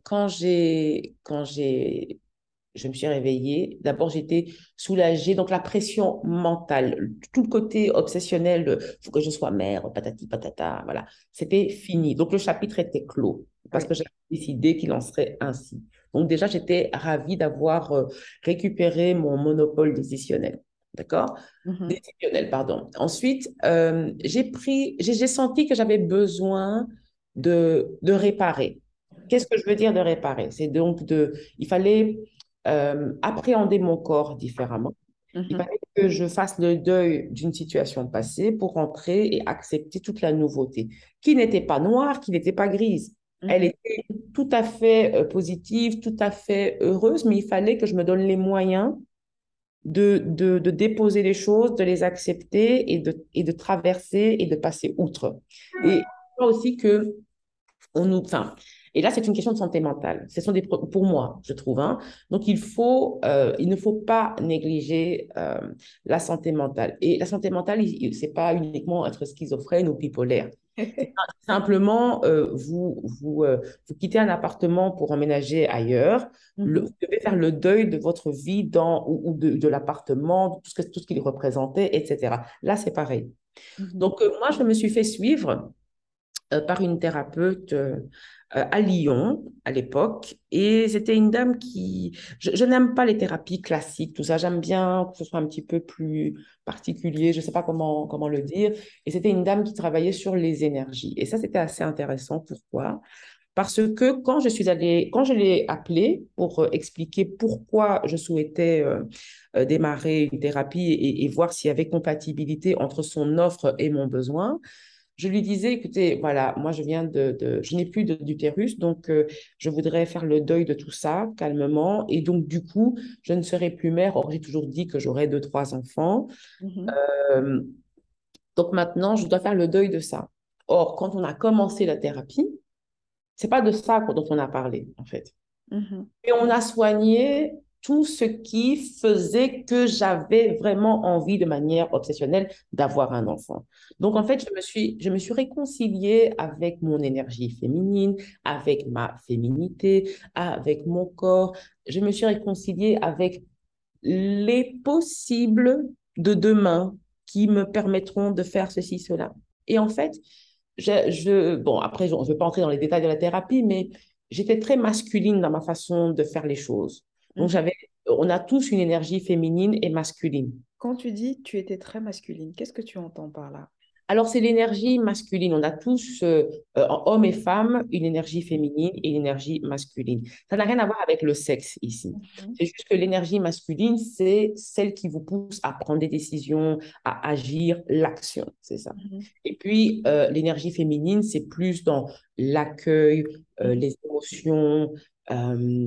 [SPEAKER 2] je me suis réveillée. D'abord, j'étais soulagée. Donc, la pression mentale, tout le côté obsessionnel de faut que je sois mère, patati patata, voilà, c'était fini. Donc, le chapitre était clos parce
[SPEAKER 1] Oui.
[SPEAKER 2] que j'avais décidé qu'il en serait ainsi. Donc, déjà, j'étais ravie d'avoir récupéré mon monopole décisionnel. D'accord?
[SPEAKER 1] Mhm.
[SPEAKER 2] Décisionnel, pardon. Ensuite, j'ai senti que j'avais besoin de réparer. Qu'est-ce que je veux dire de réparer? C'est donc il fallait appréhender mon corps différemment. Il
[SPEAKER 1] Mhm.
[SPEAKER 2] fallait que je fasse le deuil d'une situation passée pour rentrer et accepter toute la nouveauté, qui n'était pas noire, qui n'était pas grise. Elle
[SPEAKER 1] Mhm.
[SPEAKER 2] était tout à fait positive, tout à fait heureuse, mais il fallait que je me donne les moyens de déposer les choses, de les accepter et de traverser et de passer outre. Et aussi que enfin, et là, c'est une question de santé mentale. Ce sont pour moi, je trouve, hein. Donc, il ne faut pas négliger la santé mentale. Et la santé mentale, c'est pas uniquement être schizophrène ou bipolaire. C'est simplement, vous quittez un appartement pour emménager ailleurs.
[SPEAKER 1] Mhm.
[SPEAKER 2] Vous devez faire le deuil de votre vie ou de l'appartement, de tout ce qu'il représentait, etc. Là, c'est pareil.
[SPEAKER 1] Mhm.
[SPEAKER 2] Donc, moi, je me suis fait suivre par une thérapeute à Lyon à l'époque. Et c'était une dame qui... Je n'aime pas les thérapies classiques, tout ça. J'aime bien que ce soit un petit peu plus particulier. Je ne sais pas comment le dire. Et c'était une dame qui travaillait sur les énergies. Et ça, c'était assez intéressant. Pourquoi? Parce que quand je l'ai appelée pour expliquer pourquoi je souhaitais démarrer une thérapie et voir s'il y avait compatibilité entre son offre et mon besoin, je lui disais, écoutez, voilà, moi je n'ai plus d'utérus, donc je voudrais faire le deuil de tout ça calmement. Et donc, du coup, je ne serai plus mère. Or, j'ai toujours dit que j'aurais deux, trois enfants.
[SPEAKER 1] Mhm.
[SPEAKER 2] Euh, donc maintenant, je dois faire le deuil de ça. Or, quand on a commencé la thérapie, c'est pas de ça dont on a parlé, en fait.
[SPEAKER 1] Mhm.
[SPEAKER 2] Et on a soigné tout ce qui faisait que j'avais vraiment envie de manière obsessionnelle d'avoir un enfant. Donc, en fait, je me suis réconciliée avec mon énergie féminine, avec ma féminité, avec mon corps. Je me suis réconciliée avec les possibles de demain qui me permettront de faire ceci, cela. Et en fait, bon, après, je ne veux pas entrer dans les détails de la thérapie, mais j'étais très masculine dans ma façon de faire les choses. Donc,
[SPEAKER 1] Mhm.
[SPEAKER 2] on a tous une énergie féminine et masculine.
[SPEAKER 1] Quand tu dis tu étais très masculine, qu'est-ce que tu entends par là?
[SPEAKER 2] Alors, c'est l'énergie masculine. On a tous, hommes et femmes, une énergie féminine et une énergie masculine. Ça n'a rien à voir avec le sexe ici.
[SPEAKER 1] Mhm.
[SPEAKER 2] C'est juste que l'énergie masculine, c'est celle qui vous pousse à prendre des décisions, à agir, l'action. C'est ça.
[SPEAKER 1] Mhm.
[SPEAKER 2] Et puis, l'énergie féminine, c'est plus dans l'accueil,
[SPEAKER 1] Mhm.
[SPEAKER 2] les émotions, euh,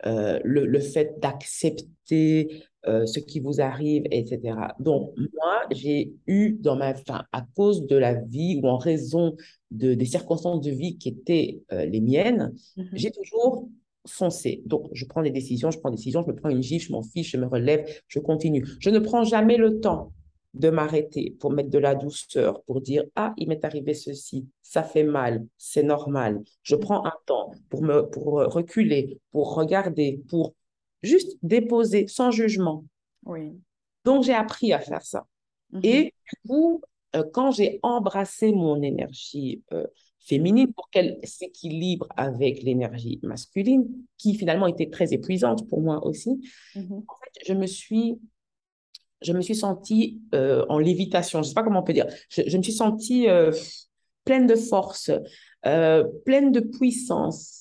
[SPEAKER 2] le fait d'accepter ce qui vous arrive, etc. Donc, moi, j'ai eu dans enfin, à cause de la vie ou en raison des circonstances de vie qui étaient les miennes,
[SPEAKER 1] Mhm.
[SPEAKER 2] j'ai toujours foncé. Donc, je prends des décisions, je prends des décisions, je me prends une gifle, je m'en fiche, je me relève, je continue. Je ne prends jamais le temps de m'arrêter pour mettre de la douceur, pour dire, ah, il m'est arrivé ceci, ça fait mal, c'est normal. Je
[SPEAKER 1] Mhm.
[SPEAKER 2] prends un temps pour reculer, pour regarder, pour juste déposer sans jugement.
[SPEAKER 1] Oui.
[SPEAKER 2] Donc, j'ai appris à faire ça.
[SPEAKER 1] Mhm.
[SPEAKER 2] Et du coup, quand j'ai embrassé mon énergie féminine pour qu'elle s'équilibre avec l'énergie masculine, qui finalement était très épuisante pour moi aussi,
[SPEAKER 1] Mhm.
[SPEAKER 2] en fait, je me suis sentie en lévitation. Je ne sais pas comment on peut dire. Je me suis sentie pleine de force, pleine de puissance.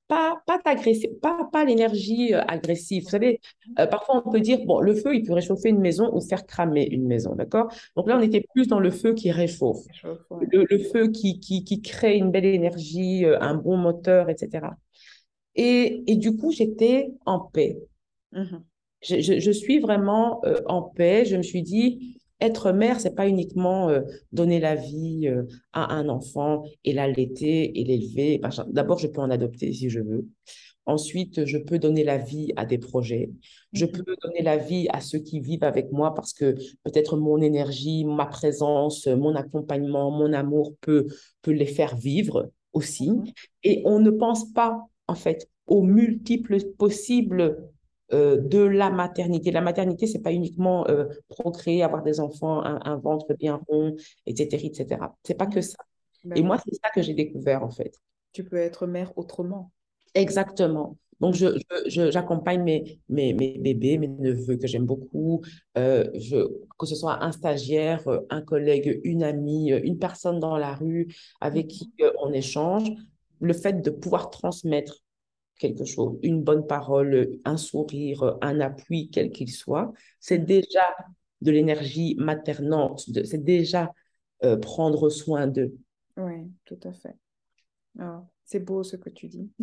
[SPEAKER 2] Pas l'énergie agressive. Vous savez, parfois on peut dire, bon, le feu, il peut réchauffer une maison ou faire cramer une maison, d'accord? Donc là, on était plus dans le feu qui réchauffe,
[SPEAKER 1] Chauffe, ouais.
[SPEAKER 2] le feu qui crée une belle énergie, un bon moteur, etc. Et du coup, j'étais en paix.
[SPEAKER 1] Mhm.
[SPEAKER 2] Je suis vraiment en paix. Je me suis dit, être mère, c'est pas uniquement donner la vie à un enfant et l'allaiter et l'élever. Machin. D'abord, je peux en adopter si je veux. Ensuite, je peux donner la vie à des projets. Je
[SPEAKER 1] Mhm.
[SPEAKER 2] peux donner la vie à ceux qui vivent avec moi parce que peut-être mon énergie, ma présence, mon accompagnement, mon amour peut les faire vivre aussi.
[SPEAKER 1] Mhm.
[SPEAKER 2] Et on ne pense pas, en fait, aux multiples possibles de la maternité. La maternité, c'est pas uniquement procréer, avoir des enfants, un ventre bien rond, etc., etc. C'est pas que
[SPEAKER 1] Mhm.
[SPEAKER 2] ça. Et
[SPEAKER 1] Ben
[SPEAKER 2] moi,
[SPEAKER 1] oui.
[SPEAKER 2] c'est ça que j'ai découvert, en fait.
[SPEAKER 1] Tu peux être mère autrement.
[SPEAKER 2] Exactement. Donc,
[SPEAKER 1] Mhm.
[SPEAKER 2] j'accompagne mes bébés, mes neveux que j'aime beaucoup, que ce soit un stagiaire, un collègue, une amie, une personne dans la rue avec qui on échange. Le fait de pouvoir transmettre quelque chose, une bonne parole, un sourire, un appui, quel qu'il soit, c'est
[SPEAKER 1] Mhm.
[SPEAKER 2] déjà de l'énergie maternante, c'est déjà prendre soin d'eux.
[SPEAKER 1] Oui, tout à fait. Ah, c'est beau ce que tu dis.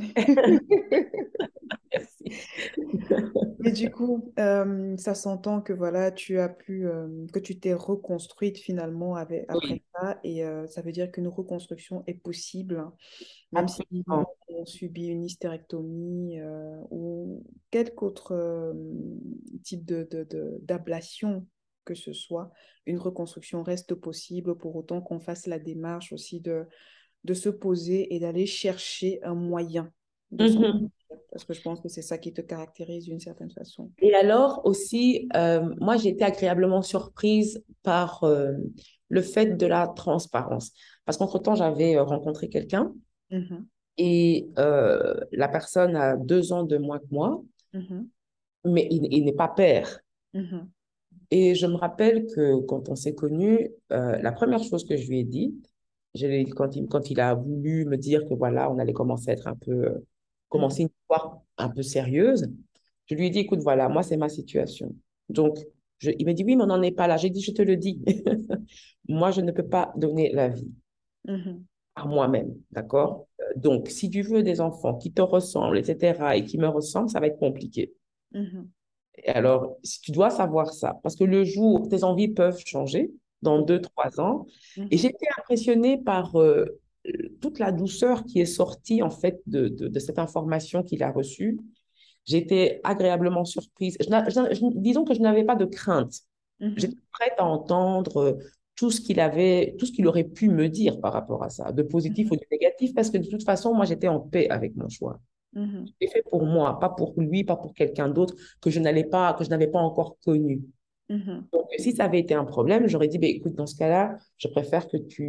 [SPEAKER 2] Merci.
[SPEAKER 1] Mais du coup, ça s'entend que voilà, tu as pu, que tu t'es reconstruite finalement après
[SPEAKER 2] Oui,
[SPEAKER 1] ça, et ça veut dire qu'une reconstruction est possible, hein, même si
[SPEAKER 2] absolument.
[SPEAKER 1] on subit une hystérectomie ou quelque autre type d'ablation que ce soit, une reconstruction reste possible pour autant qu'on fasse la démarche aussi de se poser et d'aller chercher un moyen de s'en
[SPEAKER 2] Mhm.
[SPEAKER 1] sortir. Parce que je pense que c'est ça qui te caractérise d'une certaine façon.
[SPEAKER 2] Et alors aussi, moi, j'ai été agréablement surprise par le fait de la transparence. Parce qu'entre-temps, j'avais rencontré quelqu'un
[SPEAKER 1] Mhm,
[SPEAKER 2] et la personne a 2 ans de moins que moi,
[SPEAKER 1] mhm,
[SPEAKER 2] mais il n'est pas père.
[SPEAKER 1] mhm,
[SPEAKER 2] Et je me rappelle que quand on s'est connus, la première chose que je lui ai dit, quand il a voulu me dire que voilà, on allait commencer à être
[SPEAKER 1] mhm.
[SPEAKER 2] commencer une histoire un peu sérieuse, je lui ai dit, écoute, voilà, moi, c'est ma situation. Donc, il m'a dit, oui, mais on n'en est pas là. J'ai dit, je te le dis. Moi, je ne peux pas donner la vie.
[SPEAKER 1] Mhm.
[SPEAKER 2] par moi-même, d'accord? Donc, si tu veux des enfants qui te ressemblent, etc., et qui me ressemblent, ça va être compliqué.
[SPEAKER 1] Mhm.
[SPEAKER 2] Et alors, si tu dois savoir ça, parce que le jour, tes envies peuvent changer dans
[SPEAKER 1] Tout-
[SPEAKER 2] 2, 3 ans. Et
[SPEAKER 1] Mhm.
[SPEAKER 2] j'étais impressionnée par toute la douceur qui est sortie, en fait, de cette information qu'il a reçue. J'étais agréablement surprise. Disons que je n'avais pas de crainte.
[SPEAKER 1] Mhm.
[SPEAKER 2] J'étais prête à entendre tout ce qu'il avait, tout ce qu'il aurait pu me dire par rapport à ça, de positif ou
[SPEAKER 1] Mhm.
[SPEAKER 2] de négatif, parce que de toute façon, moi, j'étais en paix avec mon choix.
[SPEAKER 1] Mhm.
[SPEAKER 2] J'ai fait pour moi, pas pour lui, pas pour quelqu'un d'autre que je n'avais pas encore connu.
[SPEAKER 1] Mhm.
[SPEAKER 2] Donc, si ça avait été un problème, j'aurais dit, ben, écoute, dans ce cas-là, je préfère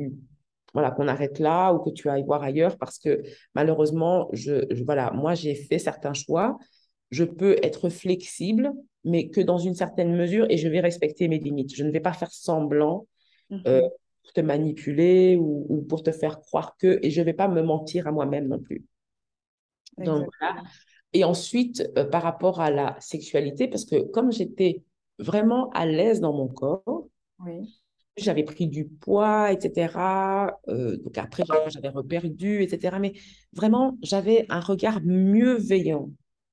[SPEAKER 2] voilà, qu'on arrête là ou que tu ailles voir ailleurs parce que malheureusement, voilà, moi, j'ai fait certains choix. Je peux être flexible, mais que dans une certaine mesure et je vais respecter mes limites. Je ne vais pas faire semblant
[SPEAKER 1] Mhm.
[SPEAKER 2] pour te manipuler ou pour te faire croire que, et je ne vais pas me mentir à moi-même non plus. Donc, voilà.
[SPEAKER 1] Exactement.
[SPEAKER 2] Et ensuite, par rapport à la sexualité, parce que comme j'étais vraiment à l'aise dans mon corps,
[SPEAKER 1] Oui.
[SPEAKER 2] j'avais pris du poids, etc. Donc après, j'avais reperdu, etc. Mais vraiment, j'avais un regard mieux veillant.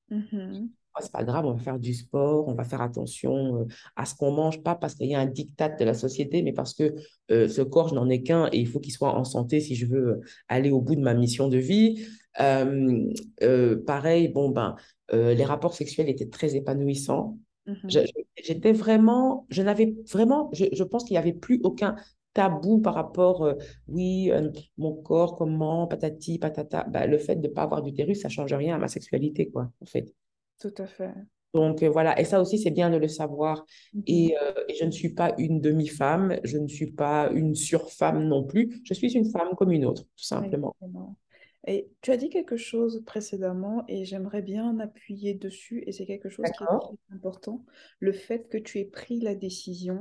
[SPEAKER 1] Mhm.
[SPEAKER 2] Ah, c'est pas grave, on va faire du sport, on va faire attention à ce qu'on mange, pas parce qu'il y a un diktat de la société, mais parce que ce corps, je n'en ai qu'un et il faut qu'il soit en santé si je veux aller au bout de ma mission de vie. Euh, Pareil, bon, ben, les rapports sexuels étaient très épanouissants. Je-
[SPEAKER 1] Mhm.
[SPEAKER 2] J'étais vraiment, je n'avais vraiment, je pense qu'il n'y avait plus aucun tabou par rapport, oui, mon corps, comment, patati, patata. Bah, le fait de ne pas avoir d'utérus, ça ne change rien à ma sexualité, quoi, en fait.
[SPEAKER 1] Tout à fait.
[SPEAKER 2] Donc voilà, et ça aussi, c'est bien de le savoir.
[SPEAKER 1] Mhm.
[SPEAKER 2] Et je ne suis pas une demi-femme, je ne suis pas une surfemme non plus, je suis une femme comme une autre, tout simplement.
[SPEAKER 1] Exactement. Et tu as dit quelque chose précédemment et j'aimerais bien appuyer dessus et c'est quelque chose qui est
[SPEAKER 2] D'accord?
[SPEAKER 1] très important, le fait que tu aies pris la décision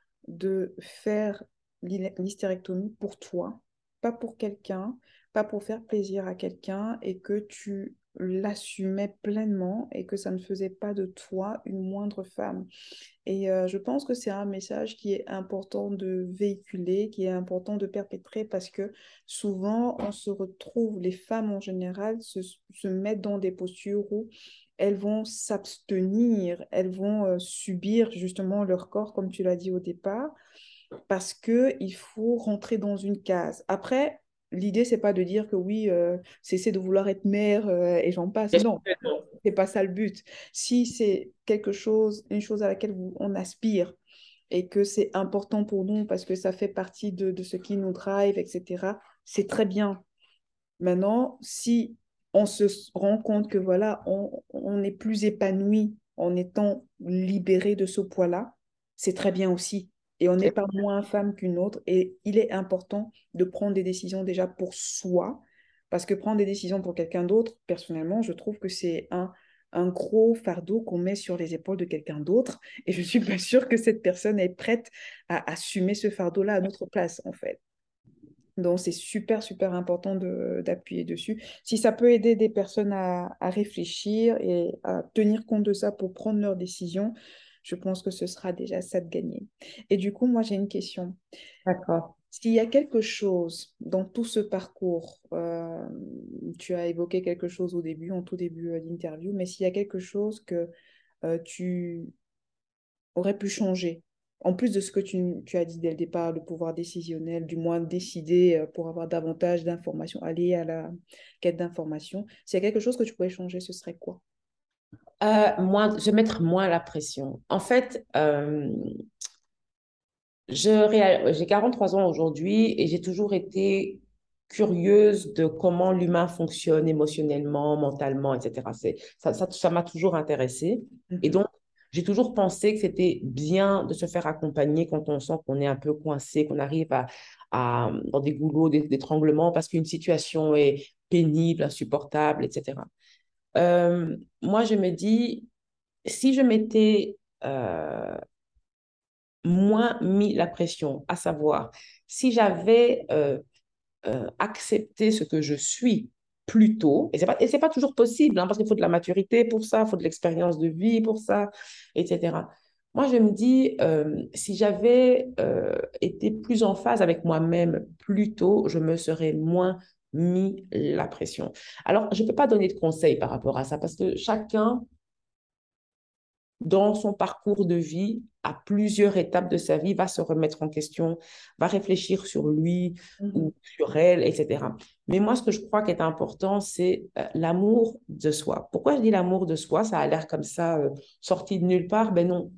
[SPEAKER 1] de faire l'hystérectomie pour toi, pas pour quelqu'un, pas pour faire plaisir à quelqu'un et que tu l'assumais pleinement et que ça ne faisait pas de toi une moindre femme. Et je pense que c'est un message qui est important de véhiculer, qui est important de perpétrer parce que souvent, on se retrouve, les femmes en général, se mettent dans des postures où elles vont s'abstenir, elles vont subir justement leur corps, comme tu l'as dit au départ, parce qu'il faut rentrer dans une case. Après, l'idée, c'est pas de dire que oui, cesser de vouloir être mère et j'en passe.
[SPEAKER 2] Bien sûr
[SPEAKER 1] Non,
[SPEAKER 2] que non.
[SPEAKER 1] c'est pas ça le but. Si c'est quelque chose, une chose à laquelle on aspire et que c'est important pour nous parce que ça fait partie de ce qui nous drive, etc., c'est très bien. Maintenant, si on se rend compte que voilà, on est plus épanoui en étant libéré de ce poids-là, c'est très bien aussi. Et on n'est pas moins femme qu'une autre. Et il est important de prendre des décisions déjà pour soi, parce que prendre des décisions pour quelqu'un d'autre, personnellement, je trouve que c'est un gros fardeau qu'on met sur les épaules de quelqu'un d'autre. Et je ne suis pas sûre que cette personne est prête à assumer ce fardeau-là à notre place, en fait. Donc, c'est super, super important d'appuyer dessus. Si ça peut aider des personnes à réfléchir et à tenir compte de ça pour prendre leurs décisions, je pense que ce sera déjà ça de gagner. Et du coup, moi, j'ai une question.
[SPEAKER 2] D'accord.
[SPEAKER 1] S'il y a quelque chose dans tout ce parcours, tu as évoqué quelque chose au début, en tout début d'interview, mais s'il y a quelque chose que tu aurais pu changer. En plus de ce que tu as dit dès le départ, le pouvoir décisionnel, du moins décider pour avoir davantage d'informations, aller à la quête d'informations. S'il y a quelque chose que tu pourrais changer, ce serait quoi?
[SPEAKER 2] Je vais mettre moins la pression. En fait, j'ai 43 ans aujourd'hui et j'ai toujours été curieuse de comment l'humain fonctionne émotionnellement, mentalement, etc. Ça m'a toujours intéressée. Et
[SPEAKER 1] Mhm.
[SPEAKER 2] donc, j'ai toujours pensé que c'était bien de se faire accompagner quand on sent qu'on est un peu coincé, qu'on arrive dans des goulots d'étranglement parce qu'une situation est pénible, insupportable, etc. Moi, je me dis, si je m'étais moins mis la pression, à savoir, si j'avais accepté ce que je suis plus tôt, et c'est pas toujours possible, hein, parce qu'il faut de la maturité pour ça, il faut de l'expérience de vie pour ça, etc. Moi, je me dis, si j'avais été plus en phase avec moi-même plus tôt, je me serais moins mis la pression. Alors, je ne peux pas donner de conseils par rapport à ça parce que chacun, dans son parcours de vie, à plusieurs étapes de sa vie, va se remettre en question, va réfléchir sur lui
[SPEAKER 1] Mhm.
[SPEAKER 2] ou sur elle, etc. Mais moi, ce que je crois qui est important, c'est l'amour de soi. Pourquoi je dis l'amour de soi? Ça a l'air comme ça, sorti de nulle part. Ben non.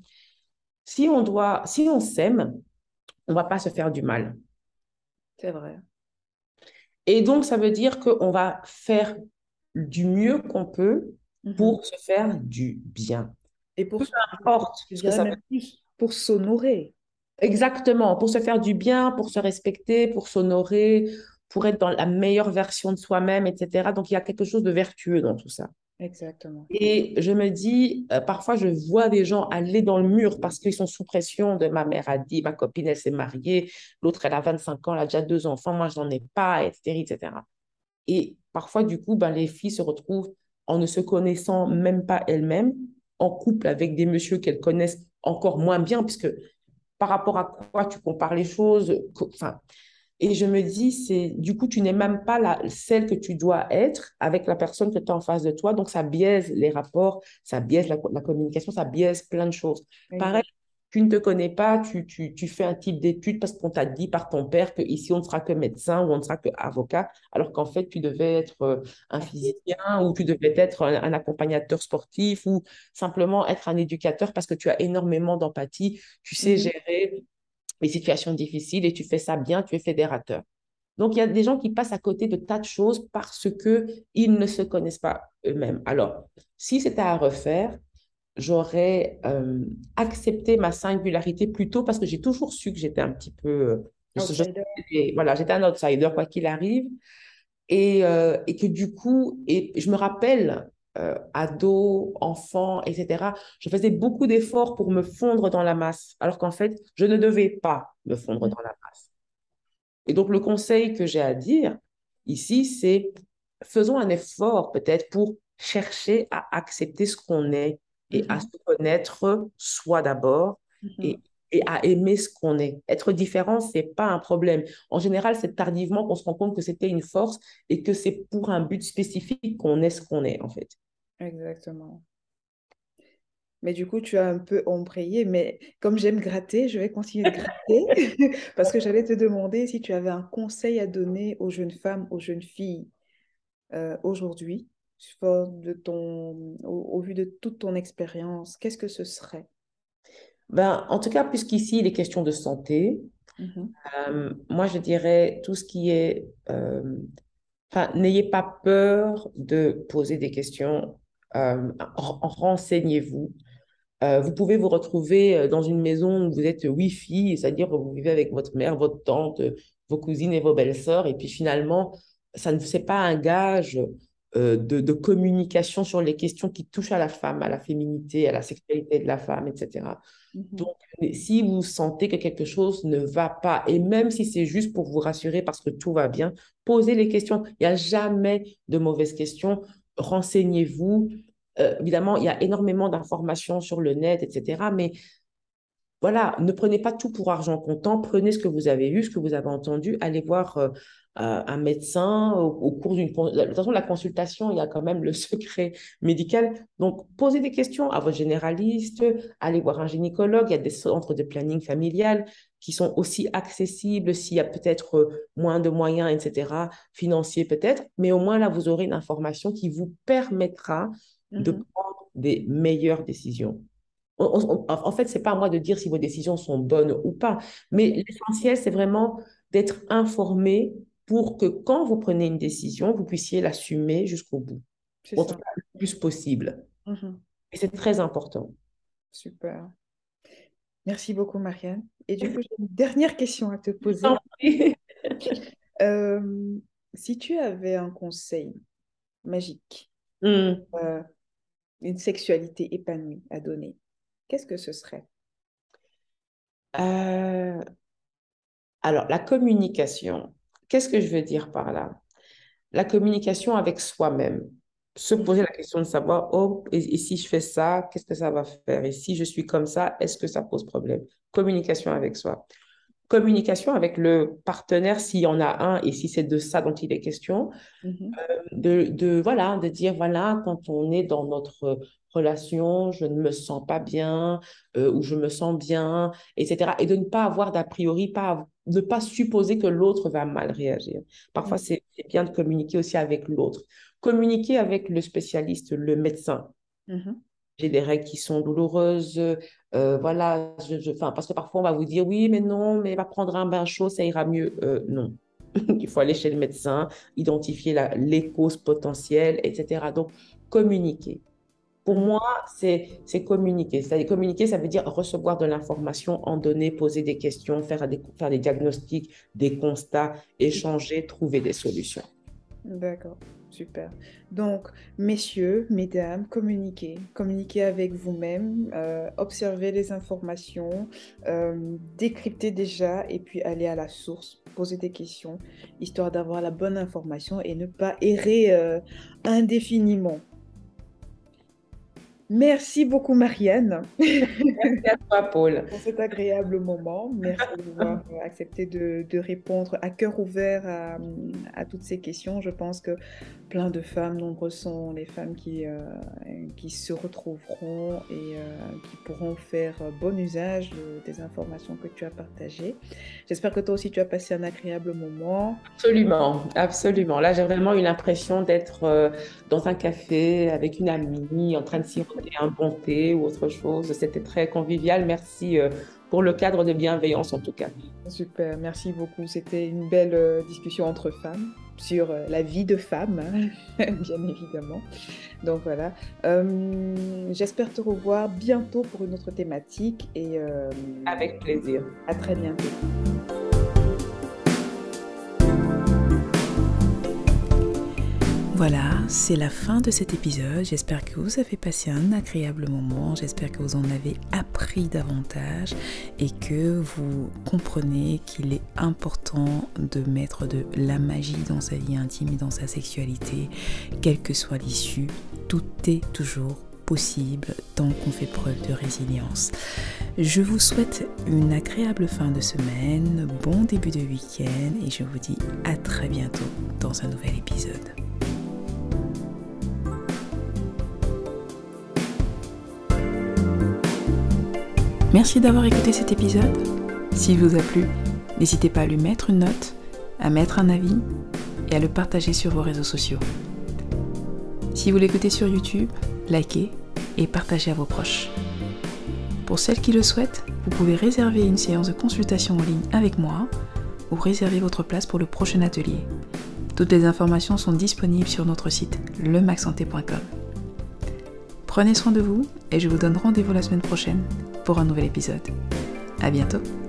[SPEAKER 2] Si on s'aime, on va pas se faire du mal.
[SPEAKER 1] C'est vrai.
[SPEAKER 2] Et donc, ça veut dire qu'on va faire du mieux qu'on peut
[SPEAKER 1] Mhm.
[SPEAKER 2] pour se faire du bien.
[SPEAKER 1] Et pour,
[SPEAKER 2] Peu importe
[SPEAKER 1] je
[SPEAKER 2] ce que
[SPEAKER 1] dirais
[SPEAKER 2] ça
[SPEAKER 1] même
[SPEAKER 2] veut
[SPEAKER 1] plus, pour s'honorer.
[SPEAKER 2] exactement, pour se faire du bien, pour se respecter, pour s'honorer, pour être dans la meilleure version de soi-même, etc. Donc, il y a quelque chose de vertueux dans tout ça.
[SPEAKER 1] Exactement.
[SPEAKER 2] Et je me dis, parfois, je vois des gens aller dans le mur parce qu'ils sont sous pression de ma mère a dit, ma copine, elle s'est mariée, l'autre, elle a 25 ans, elle a déjà deux enfants, moi, je n'en ai pas, etc., etc. Et parfois, du coup, ben, les filles se retrouvent en ne se connaissant même pas elles-mêmes, en couple avec des messieurs qu'elles connaissent encore moins bien, puisque par rapport à quoi tu compares les choses, enfin, et je me dis, c'est du coup, tu n'es même pas celle que tu dois être avec la personne que tu as en face de toi. Donc, ça biaise les rapports, ça biaise la communication, ça biaise plein de choses. Pareil,
[SPEAKER 1] Exact.
[SPEAKER 2] tu ne te connais pas, tu fais un type d'études parce qu'on t'a dit par ton père qu'ici, on ne sera que médecin ou on ne sera que avocat, alors qu'en fait, tu devais être un physicien ou tu devais être un accompagnateur sportif ou simplement être un éducateur parce que tu as énormément d'empathie, tu sais
[SPEAKER 1] Mhm.
[SPEAKER 2] gérer les situations difficiles et tu fais ça bien, tu es fédérateur. Donc, il y a des gens qui passent à côté de tas de choses parce qu'ils ne se connaissent pas eux-mêmes. Alors, si c'était à refaire, j'aurais accepté ma singularité plus tôt parce que j'ai toujours su que j'étais un petit peu...
[SPEAKER 1] Outsider.
[SPEAKER 2] voilà, j'étais un outsider, quoi qu'il arrive. Et que du coup, et je me rappelle, ado, enfant, etc., je faisais beaucoup d'efforts pour me fondre dans la masse, alors qu'en fait, je ne devais pas me fondre
[SPEAKER 1] Mhm.
[SPEAKER 2] dans la masse. Et donc, le conseil que j'ai à dire ici, c'est faisons un effort peut-être pour chercher à accepter ce qu'on est et à se
[SPEAKER 1] Mhm.
[SPEAKER 2] connaître soi d'abord
[SPEAKER 1] Mhm.
[SPEAKER 2] et, et à aimer ce qu'on est. Être différent, c'est pas un problème. En général, c'est tardivement qu'on se rend compte que c'était une force et que c'est pour un but spécifique qu'on est ce qu'on est, en fait.
[SPEAKER 1] Exactement. Mais du coup, tu as un peu embrayé, mais comme j'aime gratter, je vais continuer de gratter parce que j'allais te demander si tu avais un conseil à donner aux jeunes femmes, aux jeunes filles aujourd'hui, au vu de toute ton expérience, qu'est-ce que ce serait?
[SPEAKER 2] Ben, en tout cas, puisqu'ici, il est question de santé,
[SPEAKER 1] Mhm.
[SPEAKER 2] moi, je dirais tout ce qui est enfin, n'ayez pas peur de poser des questions. Renseignez-vous. Vous pouvez vous retrouver dans une maison où vous êtes Wi-Fi, c'est-à-dire que vous vivez avec votre mère, votre tante, vos cousines et vos belles-sœurs, et puis finalement, ça ne c'est pas un gage de communication sur les questions qui touchent à la femme, à la féminité, à la sexualité de la femme, etc.
[SPEAKER 1] Mhm.
[SPEAKER 2] Donc, si vous sentez que quelque chose ne va pas, et même si c'est juste pour vous rassurer parce que tout va bien, posez les questions. Il n'y a jamais de mauvaises questions. Renseignez-vous. Évidemment, il y a énormément d'informations sur le net, etc. Mais voilà, ne prenez pas tout pour argent comptant, prenez ce que vous avez vu, ce que vous avez entendu, allez voir un médecin au cours De toute façon, la consultation, il y a quand même le secret médical. Donc, posez des questions à votre généraliste, allez voir un gynécologue, il y a des centres de planning familial qui sont aussi accessibles s'il y a peut-être moins de moyens, etc., financiers peut-être, mais au moins là, vous aurez une information qui vous permettra de
[SPEAKER 1] Mhm.
[SPEAKER 2] prendre des meilleures décisions. En fait, c'est pas à moi de dire si vos décisions sont bonnes ou pas, mais l'essentiel, c'est vraiment d'être informé pour que quand vous prenez une décision, vous puissiez l'assumer jusqu'au bout,
[SPEAKER 1] C'est
[SPEAKER 2] ou en tout
[SPEAKER 1] ça.
[SPEAKER 2] cas le plus possible.
[SPEAKER 1] Mhm.
[SPEAKER 2] Et c'est très important.
[SPEAKER 1] Super. Merci beaucoup, Marianne. Et du coup, j'ai une dernière question à te
[SPEAKER 2] Tant
[SPEAKER 1] poser.
[SPEAKER 2] pis.
[SPEAKER 1] Euh, Si tu avais un conseil magique,
[SPEAKER 2] Hmm.
[SPEAKER 1] euh, une sexualité épanouie à donner, qu'est-ce que ce serait?
[SPEAKER 2] Euh, alors, la communication, qu'est-ce que je veux dire par là? La communication avec soi-même. Se poser la question de savoir, oh, et si je fais ça, qu'est-ce que ça va faire? Et si je suis comme ça, est-ce que ça pose problème? Communication avec soi. Communication avec le partenaire s'il y en a un et si c'est de ça dont il est question. Voilà, de dire, voilà, quand on est dans notre relation, je ne me sens pas bien ou je me sens bien, etc. Et de ne pas avoir d'a priori, ne pas supposer que l'autre va mal réagir. Parfois, c'est bien de communiquer aussi avec l'autre. Communiquer avec le spécialiste, le médecin. J'ai des règles qui sont douloureuses, voilà, enfin, parce que parfois on va vous dire, oui, mais non, mais va prendre un bain chaud, ça ira mieux. Non. Il faut aller chez le médecin, identifier les causes potentielles, etc. Donc, communiquer. Pour moi, c'est communiquer. C'est-à-dire, communiquer, ça veut dire recevoir de l'information, en donner, poser des questions, faire des diagnostics, des constats, échanger, trouver des solutions.
[SPEAKER 1] D'accord, super. Donc, messieurs, mesdames, communiquez. Communiquez avec vous-même, observez les informations, décryptez déjà et puis allez à la source, posez des questions, histoire d'avoir la bonne information et ne pas errer indéfiniment. Merci beaucoup, Marianne.
[SPEAKER 2] Merci à toi, Paul.
[SPEAKER 1] Pour cet agréable moment. Merci d'avoir accepté de répondre à cœur ouvert à toutes ces questions. Je pense que plein de femmes, nombreuses sont les femmes qui se retrouveront et qui pourront faire bon usage des informations que tu as partagées. J'espère que toi aussi tu as passé un agréable moment.
[SPEAKER 2] Absolument, absolument. Là, j'ai vraiment eu l'impression d'être dans un café avec une amie, en train de siroter un bon thé ou autre chose. C'était très convivial. Merci pour le cadre de bienveillance, en tout cas.
[SPEAKER 1] Super, merci beaucoup. C'était une belle discussion entre femmes sur la vie de femme, bien évidemment. Donc voilà. J'espère te revoir bientôt pour une autre thématique et
[SPEAKER 2] avec plaisir.
[SPEAKER 1] À très bientôt. Voilà, c'est la fin de cet épisode. J'espère que vous avez passé un agréable moment. J'espère que vous en avez appris davantage et que vous comprenez qu'il est important de mettre de la magie dans sa vie intime et dans sa sexualité. Quelle que soit l'issue, tout est toujours possible tant qu'on fait preuve de résilience. Je vous souhaite une agréable fin de semaine, bon début de week-end et je vous dis à très bientôt dans un nouvel épisode. Merci d'avoir écouté cet épisode. S'il vous a plu, n'hésitez pas à lui mettre une note, à mettre un avis et à le partager sur vos réseaux sociaux. Si vous l'écoutez sur YouTube, likez et partagez à vos proches. Pour celles qui le souhaitent, vous pouvez réserver une séance de consultation en ligne avec moi ou réserver votre place pour le prochain atelier. Toutes les informations sont disponibles sur notre site lemaxsanté.com. Prenez soin de vous et je vous donne rendez-vous la semaine prochaine pour un nouvel épisode. À bientôt.